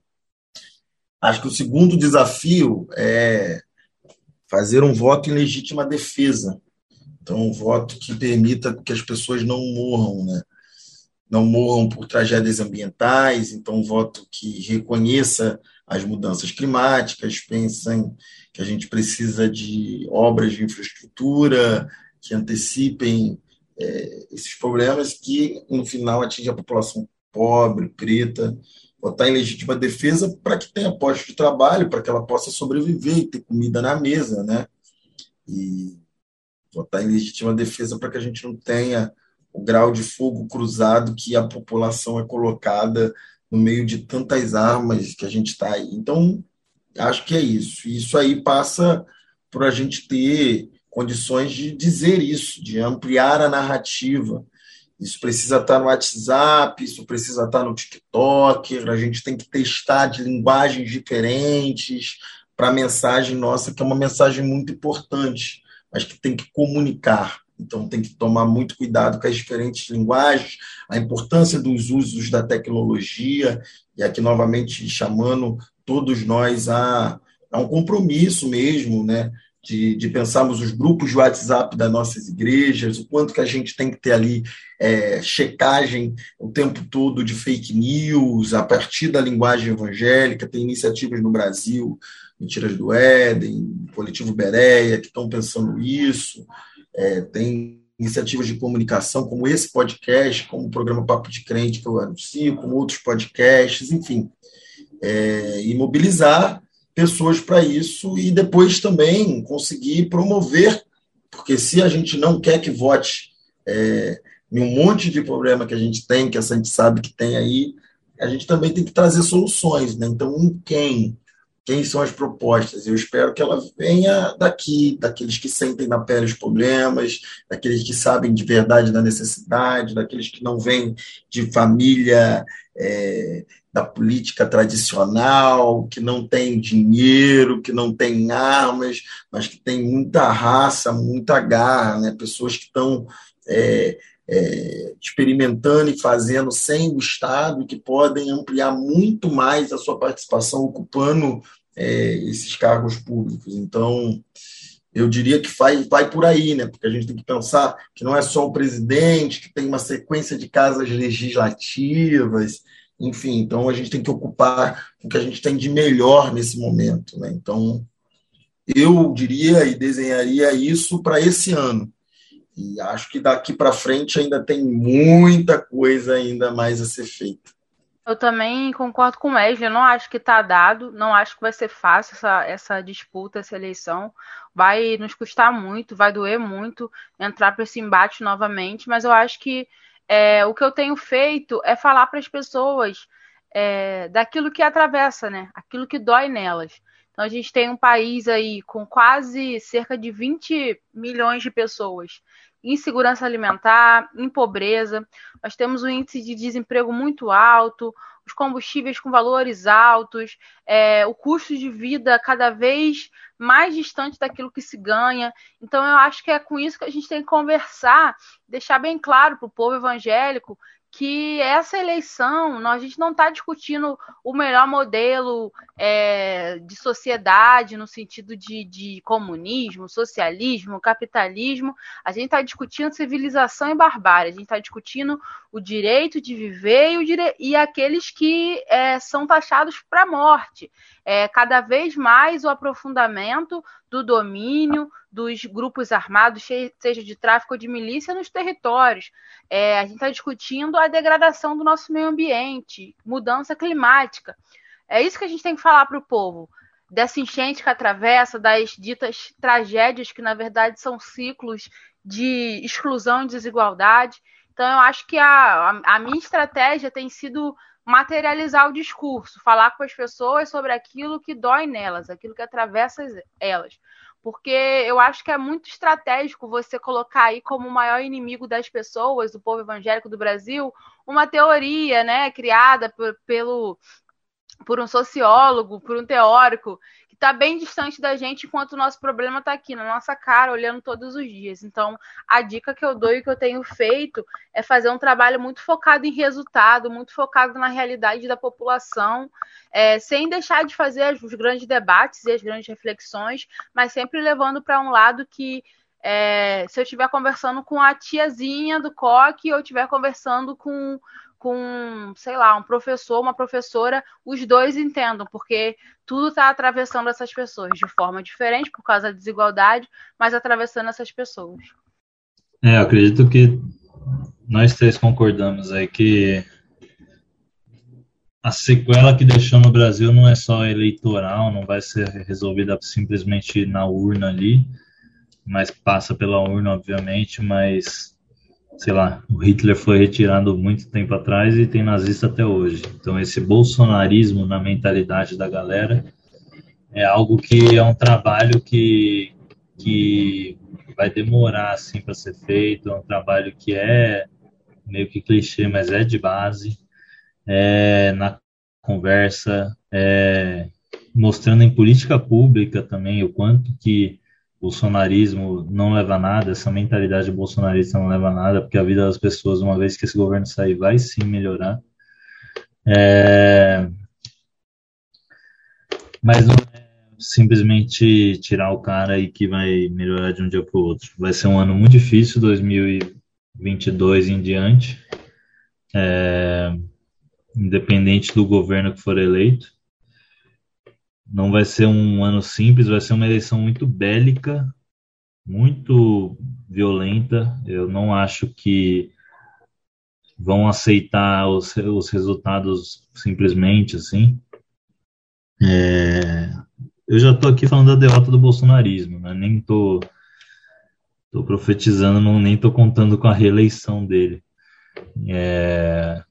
Acho que o segundo desafio é fazer um voto em legítima defesa. Então, um voto que permita que as pessoas não morram, né? Não morram por tragédias ambientais, então um voto que reconheça as mudanças climáticas, pensem que a gente precisa de obras de infraestrutura que antecipem é, esses problemas que, no final, atingem a população pobre, preta, votar em legítima defesa para que tenha postos de trabalho, para que ela possa sobreviver e ter comida na mesa, né? E votar em legítima defesa para que a gente não tenha o grau de fogo cruzado que a população é colocada no meio de tantas armas que a gente está aí. Então, acho que é isso. E isso aí passa por a gente ter condições de dizer isso, de ampliar a narrativa. Isso precisa estar no WhatsApp, isso precisa estar no TikTok, a gente tem que testar de linguagens diferentes para a mensagem nossa, que é uma mensagem muito importante, mas que tem que comunicar. Então, tem que tomar muito cuidado com as diferentes linguagens, a importância dos usos da tecnologia, e aqui, novamente, chamando todos nós a, a um compromisso mesmo, né, de, de pensarmos os grupos de WhatsApp das nossas igrejas, o quanto que a gente tem que ter ali é, checagem o tempo todo de fake news, a partir da linguagem evangélica. Tem iniciativas no Brasil, Mentiras do Éden, Coletivo Bereia, que estão pensando isso. É, tem iniciativas de comunicação como esse podcast, como o programa Papo de Crente que eu anuncio, como outros podcasts, enfim, é, e mobilizar pessoas para isso e depois também conseguir promover, porque se a gente não quer que vote é, em um monte de problema que a gente tem, que a gente sabe que tem aí, a gente também tem que trazer soluções, né? Então, um quem... Quem são as propostas? Eu espero que ela venha daqui, daqueles que sentem na pele os problemas, daqueles que sabem de verdade da necessidade, daqueles que não vêm de família é, da política tradicional, que não tem dinheiro, que não tem armas, mas que tem muita raça, muita garra, né? Pessoas que estão é, é, experimentando e fazendo sem o Estado, e que podem ampliar muito mais a sua participação ocupando é, esses cargos públicos. Então, Eu diria que vai, vai por aí, né? Porque a gente tem que pensar que não é só o presidente, que tem uma sequência de casas legislativas, enfim, então a gente tem que ocupar o que a gente tem de melhor nesse momento, né? Então, eu diria e desenharia isso para esse ano. E acho que daqui para frente ainda tem muita coisa ainda mais a ser feita. Eu também concordo com o Wesley, eu não acho que está dado, não acho que vai ser fácil essa, essa disputa, essa eleição. Vai nos custar muito, vai doer muito entrar para esse embate novamente, mas eu acho que é, o que eu tenho feito é falar para as pessoas é, daquilo que atravessa, né? Aquilo que dói nelas. Então a gente tem um país aí com quase cerca de vinte milhões de pessoas em insegurança alimentar, em pobreza, nós temos um índice de desemprego muito alto, os combustíveis com valores altos, é, o custo de vida cada vez mais distante daquilo que se ganha. Então eu acho que é com isso que a gente tem que conversar, deixar bem claro para o povo evangélico que essa eleição, a gente não está discutindo o melhor modelo é, de sociedade no sentido de, de comunismo, socialismo, capitalismo. A gente está discutindo civilização e barbárie. A gente está discutindo o direito de viver e, o dire... e aqueles que é, são taxados para a morte. É, cada vez mais o aprofundamento do domínio dos grupos armados, seja de tráfico ou de milícia, nos territórios. É, a gente está discutindo a degradação do nosso meio ambiente, mudança climática. É isso que a gente tem que falar para o povo. Dessa enchente que atravessa, das ditas tragédias, que na verdade são ciclos de exclusão e desigualdade. Então eu acho que a, a minha estratégia tem sido materializar o discurso, falar com as pessoas sobre aquilo que dói nelas, aquilo que atravessa elas. Porque eu acho que é muito estratégico você colocar aí como o maior inimigo das pessoas, do povo evangélico do Brasil, uma teoria, né, criada por, pelo, por um sociólogo, por um teórico, que está bem distante da gente, enquanto o nosso problema está aqui, na nossa cara, olhando todos os dias. Então, a dica que eu dou e que eu tenho feito é fazer um trabalho muito focado em resultado, muito focado na realidade da população, é, sem deixar de fazer os grandes debates e as grandes reflexões, mas sempre levando para um lado que, é, se eu estiver conversando com a tiazinha do coque ou estiver conversando com... com, sei lá, um professor, uma professora, os dois entendam, porque tudo está atravessando essas pessoas de forma diferente, por causa da desigualdade, mas atravessando essas pessoas. É, eu acredito que nós três concordamos aí que a sequela que deixou no Brasil não é só eleitoral, não vai ser resolvida simplesmente na urna ali, mas passa pela urna, obviamente, mas... sei lá, o Hitler foi retirado muito tempo atrás e tem nazista até hoje. Então esse bolsonarismo na mentalidade da galera é algo que é um trabalho que, que vai demorar assim para ser feito, é um trabalho que é meio que clichê, mas é de base, é na conversa, é mostrando em política pública também o quanto que o bolsonarismo não leva a nada, essa mentalidade bolsonarista não leva a nada, porque a vida das pessoas, uma vez que esse governo sair, vai sim melhorar. É... Mas não é simplesmente tirar o cara e que vai melhorar de um dia para o outro. Vai ser um ano muito difícil, dois mil e vinte e dois em diante, é... independente do governo que for eleito. Não vai ser um ano simples, vai ser uma eleição muito bélica, muito violenta. Eu não acho que vão aceitar os, os resultados simplesmente assim. É, eu já estou aqui falando da derrota do bolsonarismo, né? Nem estou tô, tô profetizando, não, nem estou contando com a reeleição dele. É,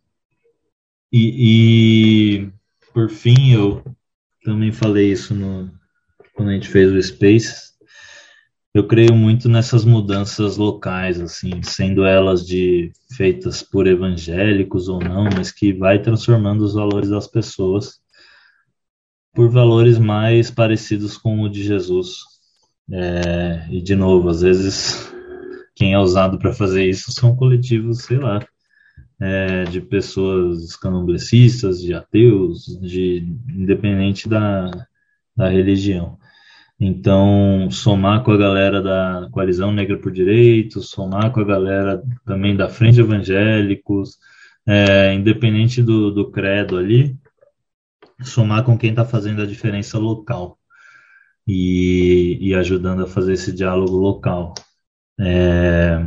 e, e, por fim, eu também falei isso no, quando a gente fez o Space. Eu creio muito nessas mudanças locais, assim, sendo elas de feitas por evangélicos ou não, mas que vai transformando os valores das pessoas por valores mais parecidos com o de Jesus. É, e, de novo, às vezes, quem é usado para fazer isso são coletivos, sei lá, é, de pessoas candomblecistas, de ateus, de, independente da, da religião. Então, somar com a galera da Coalizão Negra por Direitos, somar com a galera também da Frente Evangélicos, é, independente do, do credo ali, somar com quem está fazendo a diferença local e, e ajudando a fazer esse diálogo local. É,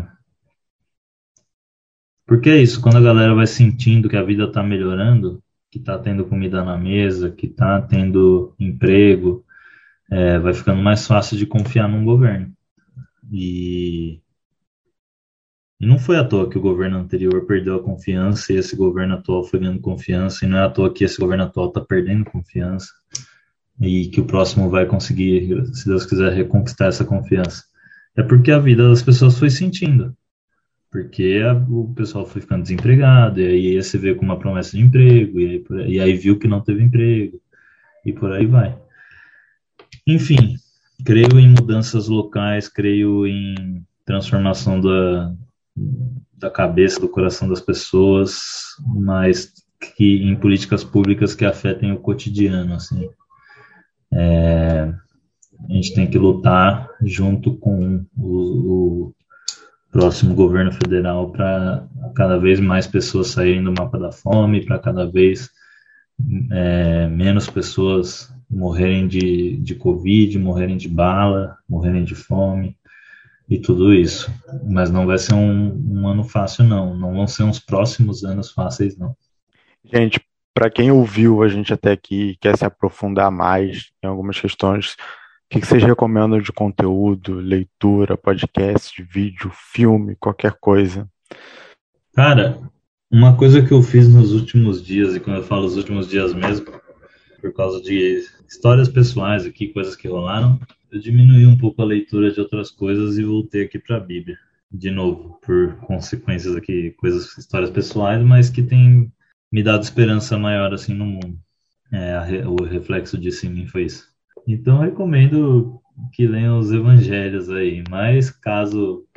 porque é isso, quando a galera vai sentindo que a vida está melhorando, que está tendo comida na mesa, que está tendo emprego, É, vai ficando mais fácil de confiar num governo. E, e não foi à toa que o governo anterior perdeu a confiança e esse governo atual foi ganhando confiança, e não é à toa que esse governo atual está perdendo confiança e que o próximo vai conseguir, se Deus quiser, reconquistar essa confiança. É porque a vida das pessoas foi sentindo. Porque a, o pessoal foi ficando desempregado, e aí você veio com uma promessa de emprego, e aí, por, e aí viu que não teve emprego, e por aí vai. Enfim, creio em mudanças locais, creio em transformação da, da cabeça, do coração das pessoas, mas que em políticas públicas que afetem o cotidiano, assim. É, a gente tem que lutar junto com o, o próximo governo federal para cada vez mais pessoas saírem do mapa da fome, para cada vez é, menos pessoas morrerem de, de Covid, morrerem de bala, morrerem de fome e tudo isso. Mas não vai ser um, um ano fácil, não. Não vão ser uns próximos anos fáceis, não. Gente, para quem ouviu a gente até aqui e quer se aprofundar mais em algumas questões, o que, que vocês recomendam de conteúdo, leitura, podcast, vídeo, filme, qualquer coisa? Cara, uma coisa que eu fiz nos últimos dias, e quando eu falo os últimos dias mesmo, por causa de histórias pessoais aqui, coisas que rolaram, eu diminuí um pouco a leitura de outras coisas e voltei aqui para a Bíblia. De novo, por consequências aqui, coisas, histórias pessoais, mas que tem me dado esperança maior assim no mundo. É, a, o reflexo disso em mim foi isso. Então, eu recomendo que leiam os evangelhos aí, mas caso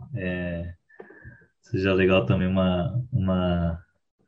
é, seja legal também uma, uma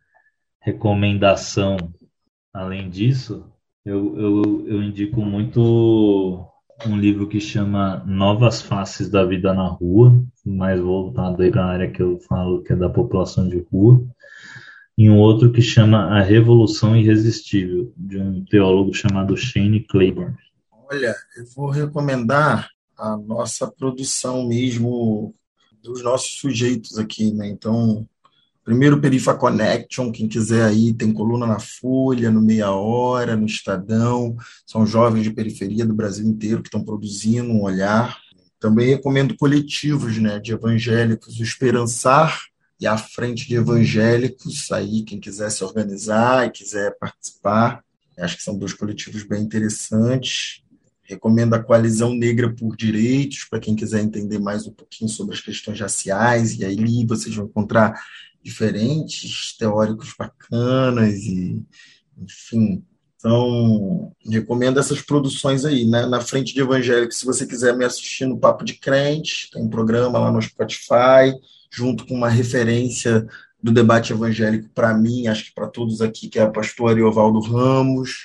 recomendação além disso, eu, eu, eu indico muito um livro que chama Novas Faces da Vida na Rua, mais voltado aí para a área que eu falo, que é da população de rua, e um outro que chama A Revolução Irresistível, de um teólogo chamado Shane Claiborne. Olha, eu vou recomendar a nossa produção mesmo dos nossos sujeitos aqui, né? Então, primeiro, Perifa Connection, quem quiser aí, tem coluna na Folha, no Meia Hora, no Estadão, são jovens de periferia do Brasil inteiro que estão produzindo um olhar. Também recomendo coletivos, né, de evangélicos, o Esperançar e a Frente de Evangélicos, aí quem quiser se organizar e quiser participar, acho que são dois coletivos bem interessantes. Recomendo a Coalizão Negra por Direitos, para quem quiser entender mais um pouquinho sobre as questões raciais, e aí vocês vão encontrar diferentes teóricos bacanas, e, enfim. Então, recomendo essas produções aí, né? Na Frente de Evangélicos, se você quiser me assistir no Papo de Crente, tem um programa lá no Spotify, junto com uma referência do debate evangélico para mim, acho que para todos aqui, que é o pastor Ariovaldo Ramos.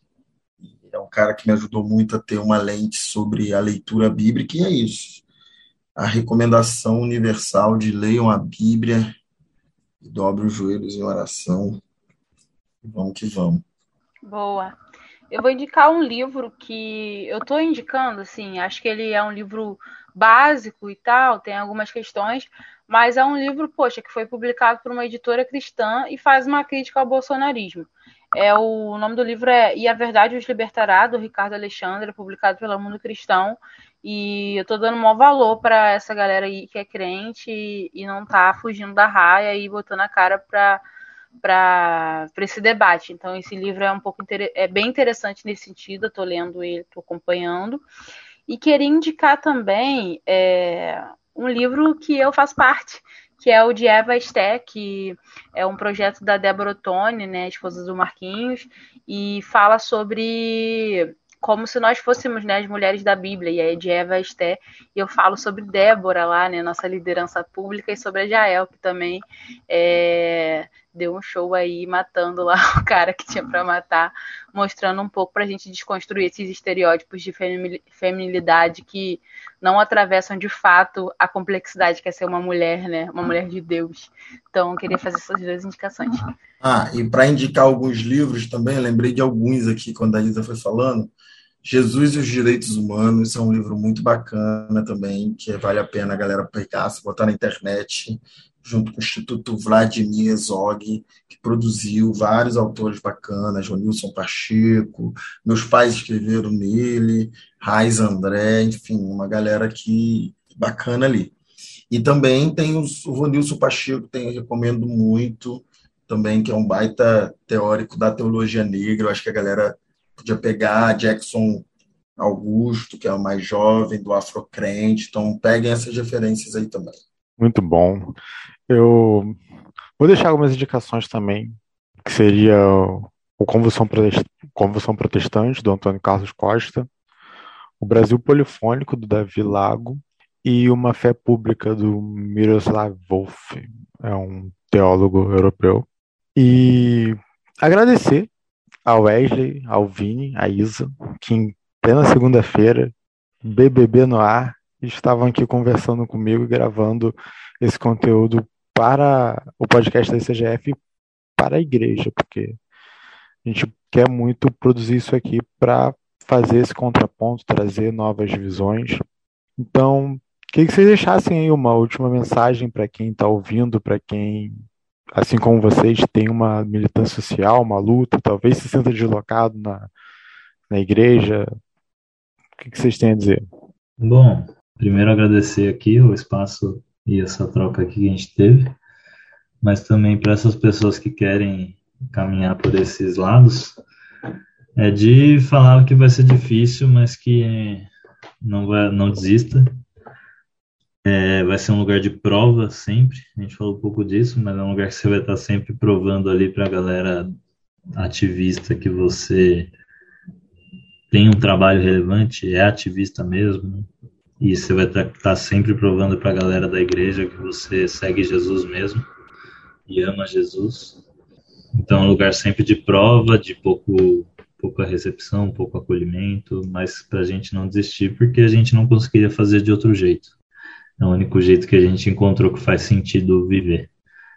É um cara que me ajudou muito a ter uma lente sobre a leitura bíblica, e é isso. A recomendação universal de leiam a Bíblia e dobrem os joelhos em oração. Vamos que vamos. Boa. Eu vou indicar um livro que eu estou indicando, assim, acho que ele é um livro básico e tal, tem algumas questões, mas é um livro, poxa, que foi publicado por uma editora cristã e faz uma crítica ao bolsonarismo. É, o nome do livro é E a Verdade os Libertará, do Ricardo Alexandre, publicado pela Mundo Cristão, e eu estou dando maior valor para essa galera aí que é crente e, e não está fugindo da raia e botando a cara para para esse debate. Então, esse livro é um pouco é bem interessante nesse sentido, eu estou lendo ele, estou acompanhando. E queria indicar também é, um livro que eu faço parte, que é o de Eva Esté, que é um projeto da Débora Ottoni, né, esposa do Marquinhos, e fala sobre como se nós fôssemos, né, as mulheres da Bíblia, e é de Eva Esté, e eu falo sobre Débora lá, né, nossa liderança pública, e sobre a Jael, que também é deu um show aí matando lá o cara que tinha para matar, mostrando um pouco pra gente desconstruir esses estereótipos de feminilidade que não atravessam de fato a complexidade que é ser uma mulher, né? Uma mulher de Deus. Então, eu queria fazer essas duas indicações. Ah, e para indicar alguns livros também, lembrei de alguns aqui quando a Isa foi falando. Jesus e os Direitos Humanos é um livro muito bacana também, que vale a pena a galera pegar, se botar na internet, junto com o Instituto Vladimir Herzog, que produziu vários autores bacanas, Jonilson Pacheco, meus pais escreveram nele, Raiz André, enfim, uma galera que bacana ali. E também tem os, o Ronilson Pacheco, tem, eu recomendo muito, também, que é um baita teórico da teologia negra. Eu acho que a galera podia pegar Jackson Augusto, que é o mais jovem, do Afrocrente. Então, peguem essas referências aí também. Muito bom. Eu vou deixar algumas indicações também, que seria o Convulsão Protest- Convulsão Protestante, do Antônio Carlos Costa, o Brasil Polifônico, do Davi Lago, e Uma Fé Pública, do Miroslav Volf, é um teólogo europeu. E agradecer ao Wesley, ao Vini, à Isa, que em plena segunda-feira, B B B no ar, estavam aqui conversando comigo e gravando esse conteúdo para o podcast da I C G F e para a igreja, porque a gente quer muito produzir isso aqui para fazer esse contraponto, trazer novas visões. Então, queria que vocês deixassem aí uma última mensagem para quem está ouvindo, para quem, assim como vocês, tem uma militância social, uma luta, talvez se sinta deslocado na, na igreja. O que, que vocês têm a dizer? Bom, primeiro agradecer aqui o espaço e essa troca aqui que a gente teve, mas também para essas pessoas que querem caminhar por esses lados, é de falar que vai ser difícil, mas que não, vai, não desista. É, vai ser um lugar de prova sempre, a gente falou um pouco disso, mas é um lugar que você vai estar sempre provando ali para a galera ativista que você tem um trabalho relevante, é ativista mesmo, e você vai estar sempre provando para a galera da igreja que você segue Jesus mesmo e ama Jesus. Então é um lugar sempre de prova, de pouco, pouca recepção, pouco acolhimento, mas para a gente não desistir, porque a gente não conseguiria fazer de outro jeito. É o único jeito que a gente encontrou que faz sentido viver.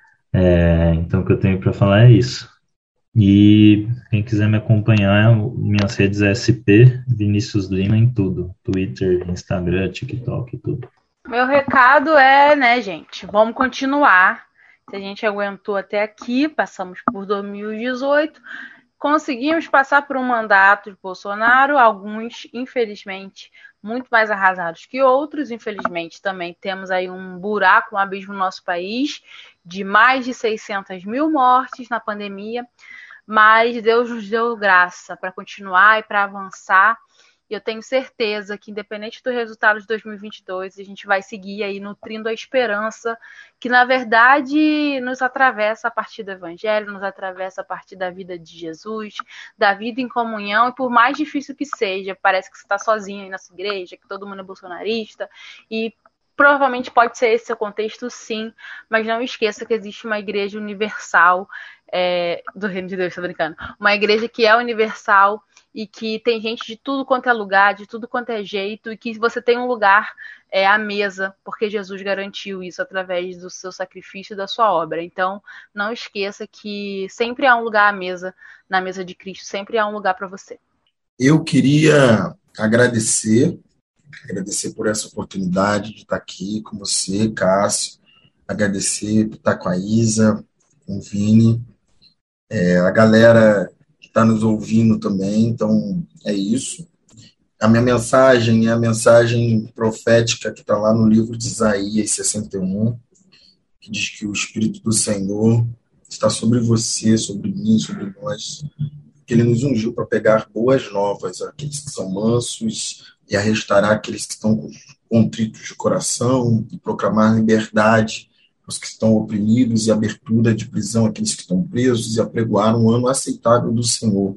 É, então, o que eu tenho para falar é isso. E quem quiser me acompanhar, minhas redes é S P Vinícius Lima em tudo. Twitter, Instagram, TikTok, tudo. Meu recado é, né, gente, vamos continuar. Se a gente aguentou até aqui, passamos por dois mil e dezoito, conseguimos passar por um mandato de Bolsonaro, alguns, infelizmente, muito mais arrasados que outros. Infelizmente, também temos aí um buraco, um abismo no nosso país, de mais de seiscentas mil mortes na pandemia, mas Deus nos deu graça para continuar e para avançar. E eu tenho certeza que, independente do resultado de dois mil e vinte e dois, a gente vai seguir aí nutrindo a esperança que, na verdade, nos atravessa a partir do Evangelho, nos atravessa a partir da vida de Jesus, da vida em comunhão. E por mais difícil que seja, parece que você está sozinho aí nessa igreja, que todo mundo é bolsonarista, e provavelmente pode ser esse seu contexto, sim, mas não esqueça que existe uma igreja universal, é, do Reino de Deus, estou brincando, uma igreja que é universal e que tem gente de tudo quanto é lugar, de tudo quanto é jeito, e que você tem um lugar é, à mesa, porque Jesus garantiu isso através do seu sacrifício e da sua obra. Então, não esqueça que sempre há um lugar à mesa, na mesa de Cristo, sempre há um lugar para você. Eu queria agradecer, agradecer por essa oportunidade de estar aqui com você, Cássio, agradecer por estar com a Isa, com o Vini, é, a galera que está nos ouvindo também. Então, é isso. A minha mensagem é a mensagem profética que está lá no livro de Isaías sessenta e um, que diz que o Espírito do Senhor está sobre você, sobre mim, sobre nós, que Ele nos ungiu para pegar boas novas àqueles que são mansos e a restaurar aqueles que estão contritos de coração e proclamar liberdade os que estão oprimidos e abertura de prisão àqueles que estão presos e apregoar um ano aceitável do Senhor,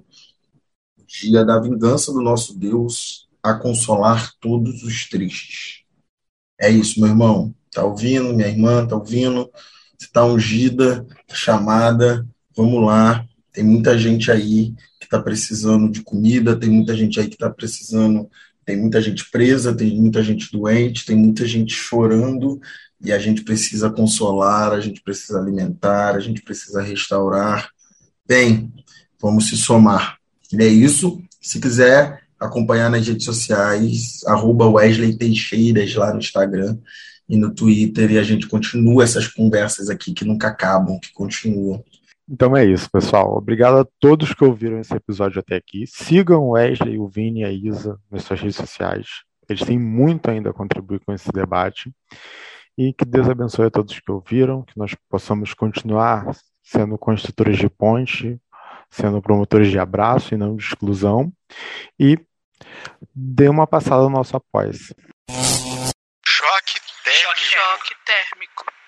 o dia da vingança do nosso Deus, a consolar todos os tristes. É isso, meu irmão. Tá ouvindo? Minha irmã tá ouvindo? você está ungida, chamada, vamos lá. Tem muita gente aí que está precisando de comida, tem muita gente aí que está precisando, tem muita gente presa, tem muita gente doente, tem muita gente chorando, e a gente precisa consolar, a gente precisa alimentar, a gente precisa restaurar. Bem, vamos se somar. E é isso. Se quiser acompanhar nas redes sociais, arroba Wesley Teixeiras lá no Instagram e no Twitter, e a gente continua essas conversas aqui que nunca acabam, que continuam. Então é isso, pessoal. Obrigado a todos que ouviram esse episódio até aqui. Sigam o Wesley, o Vini e a Isa nas suas redes sociais. Eles têm muito ainda a contribuir com esse debate. E que Deus abençoe a todos que ouviram, que nós possamos continuar sendo construtores de ponte, sendo promotores de abraço e não de exclusão. E dê uma passada no nosso Apoia-se. Choque térmico. Choque térmico.